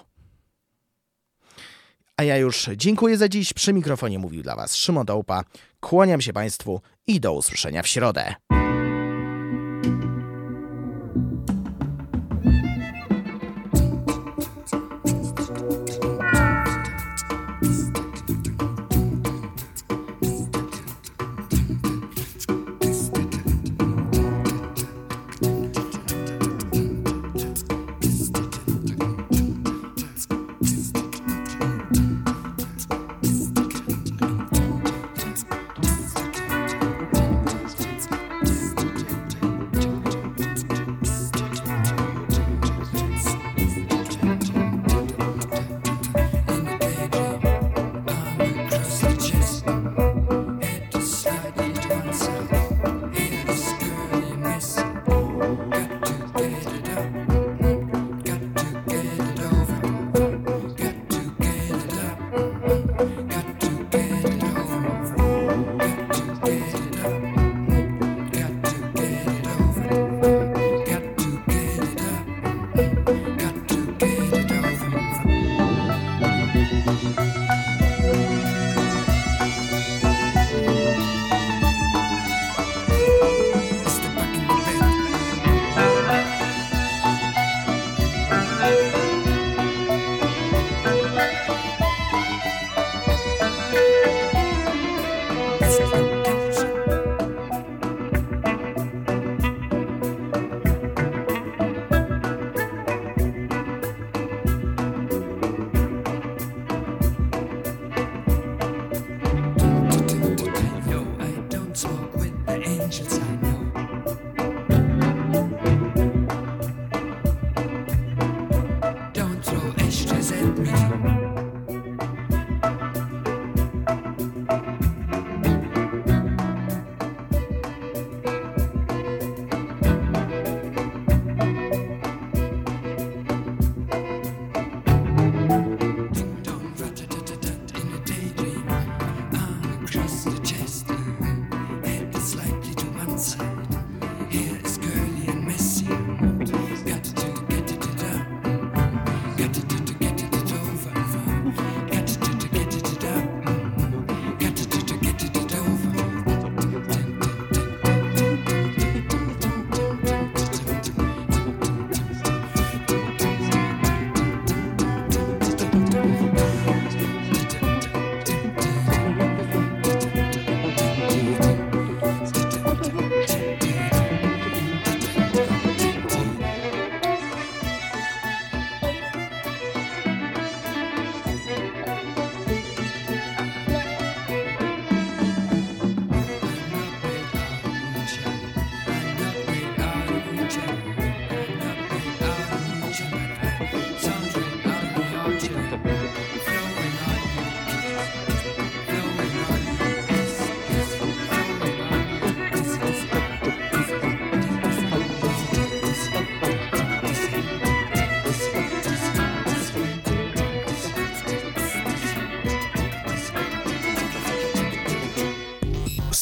A ja już dziękuję za dziś. Przy mikrofonie mówił dla Was Szymon Dołpa. Kłaniam się Państwu i do usłyszenia w środę.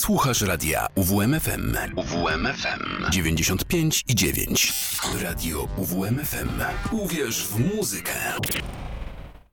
Słuchasz radia U W M F M. U W M F M dziewięćdziesiąt pięć i dziewięć. Radio U W M F M. Uwierz w muzykę.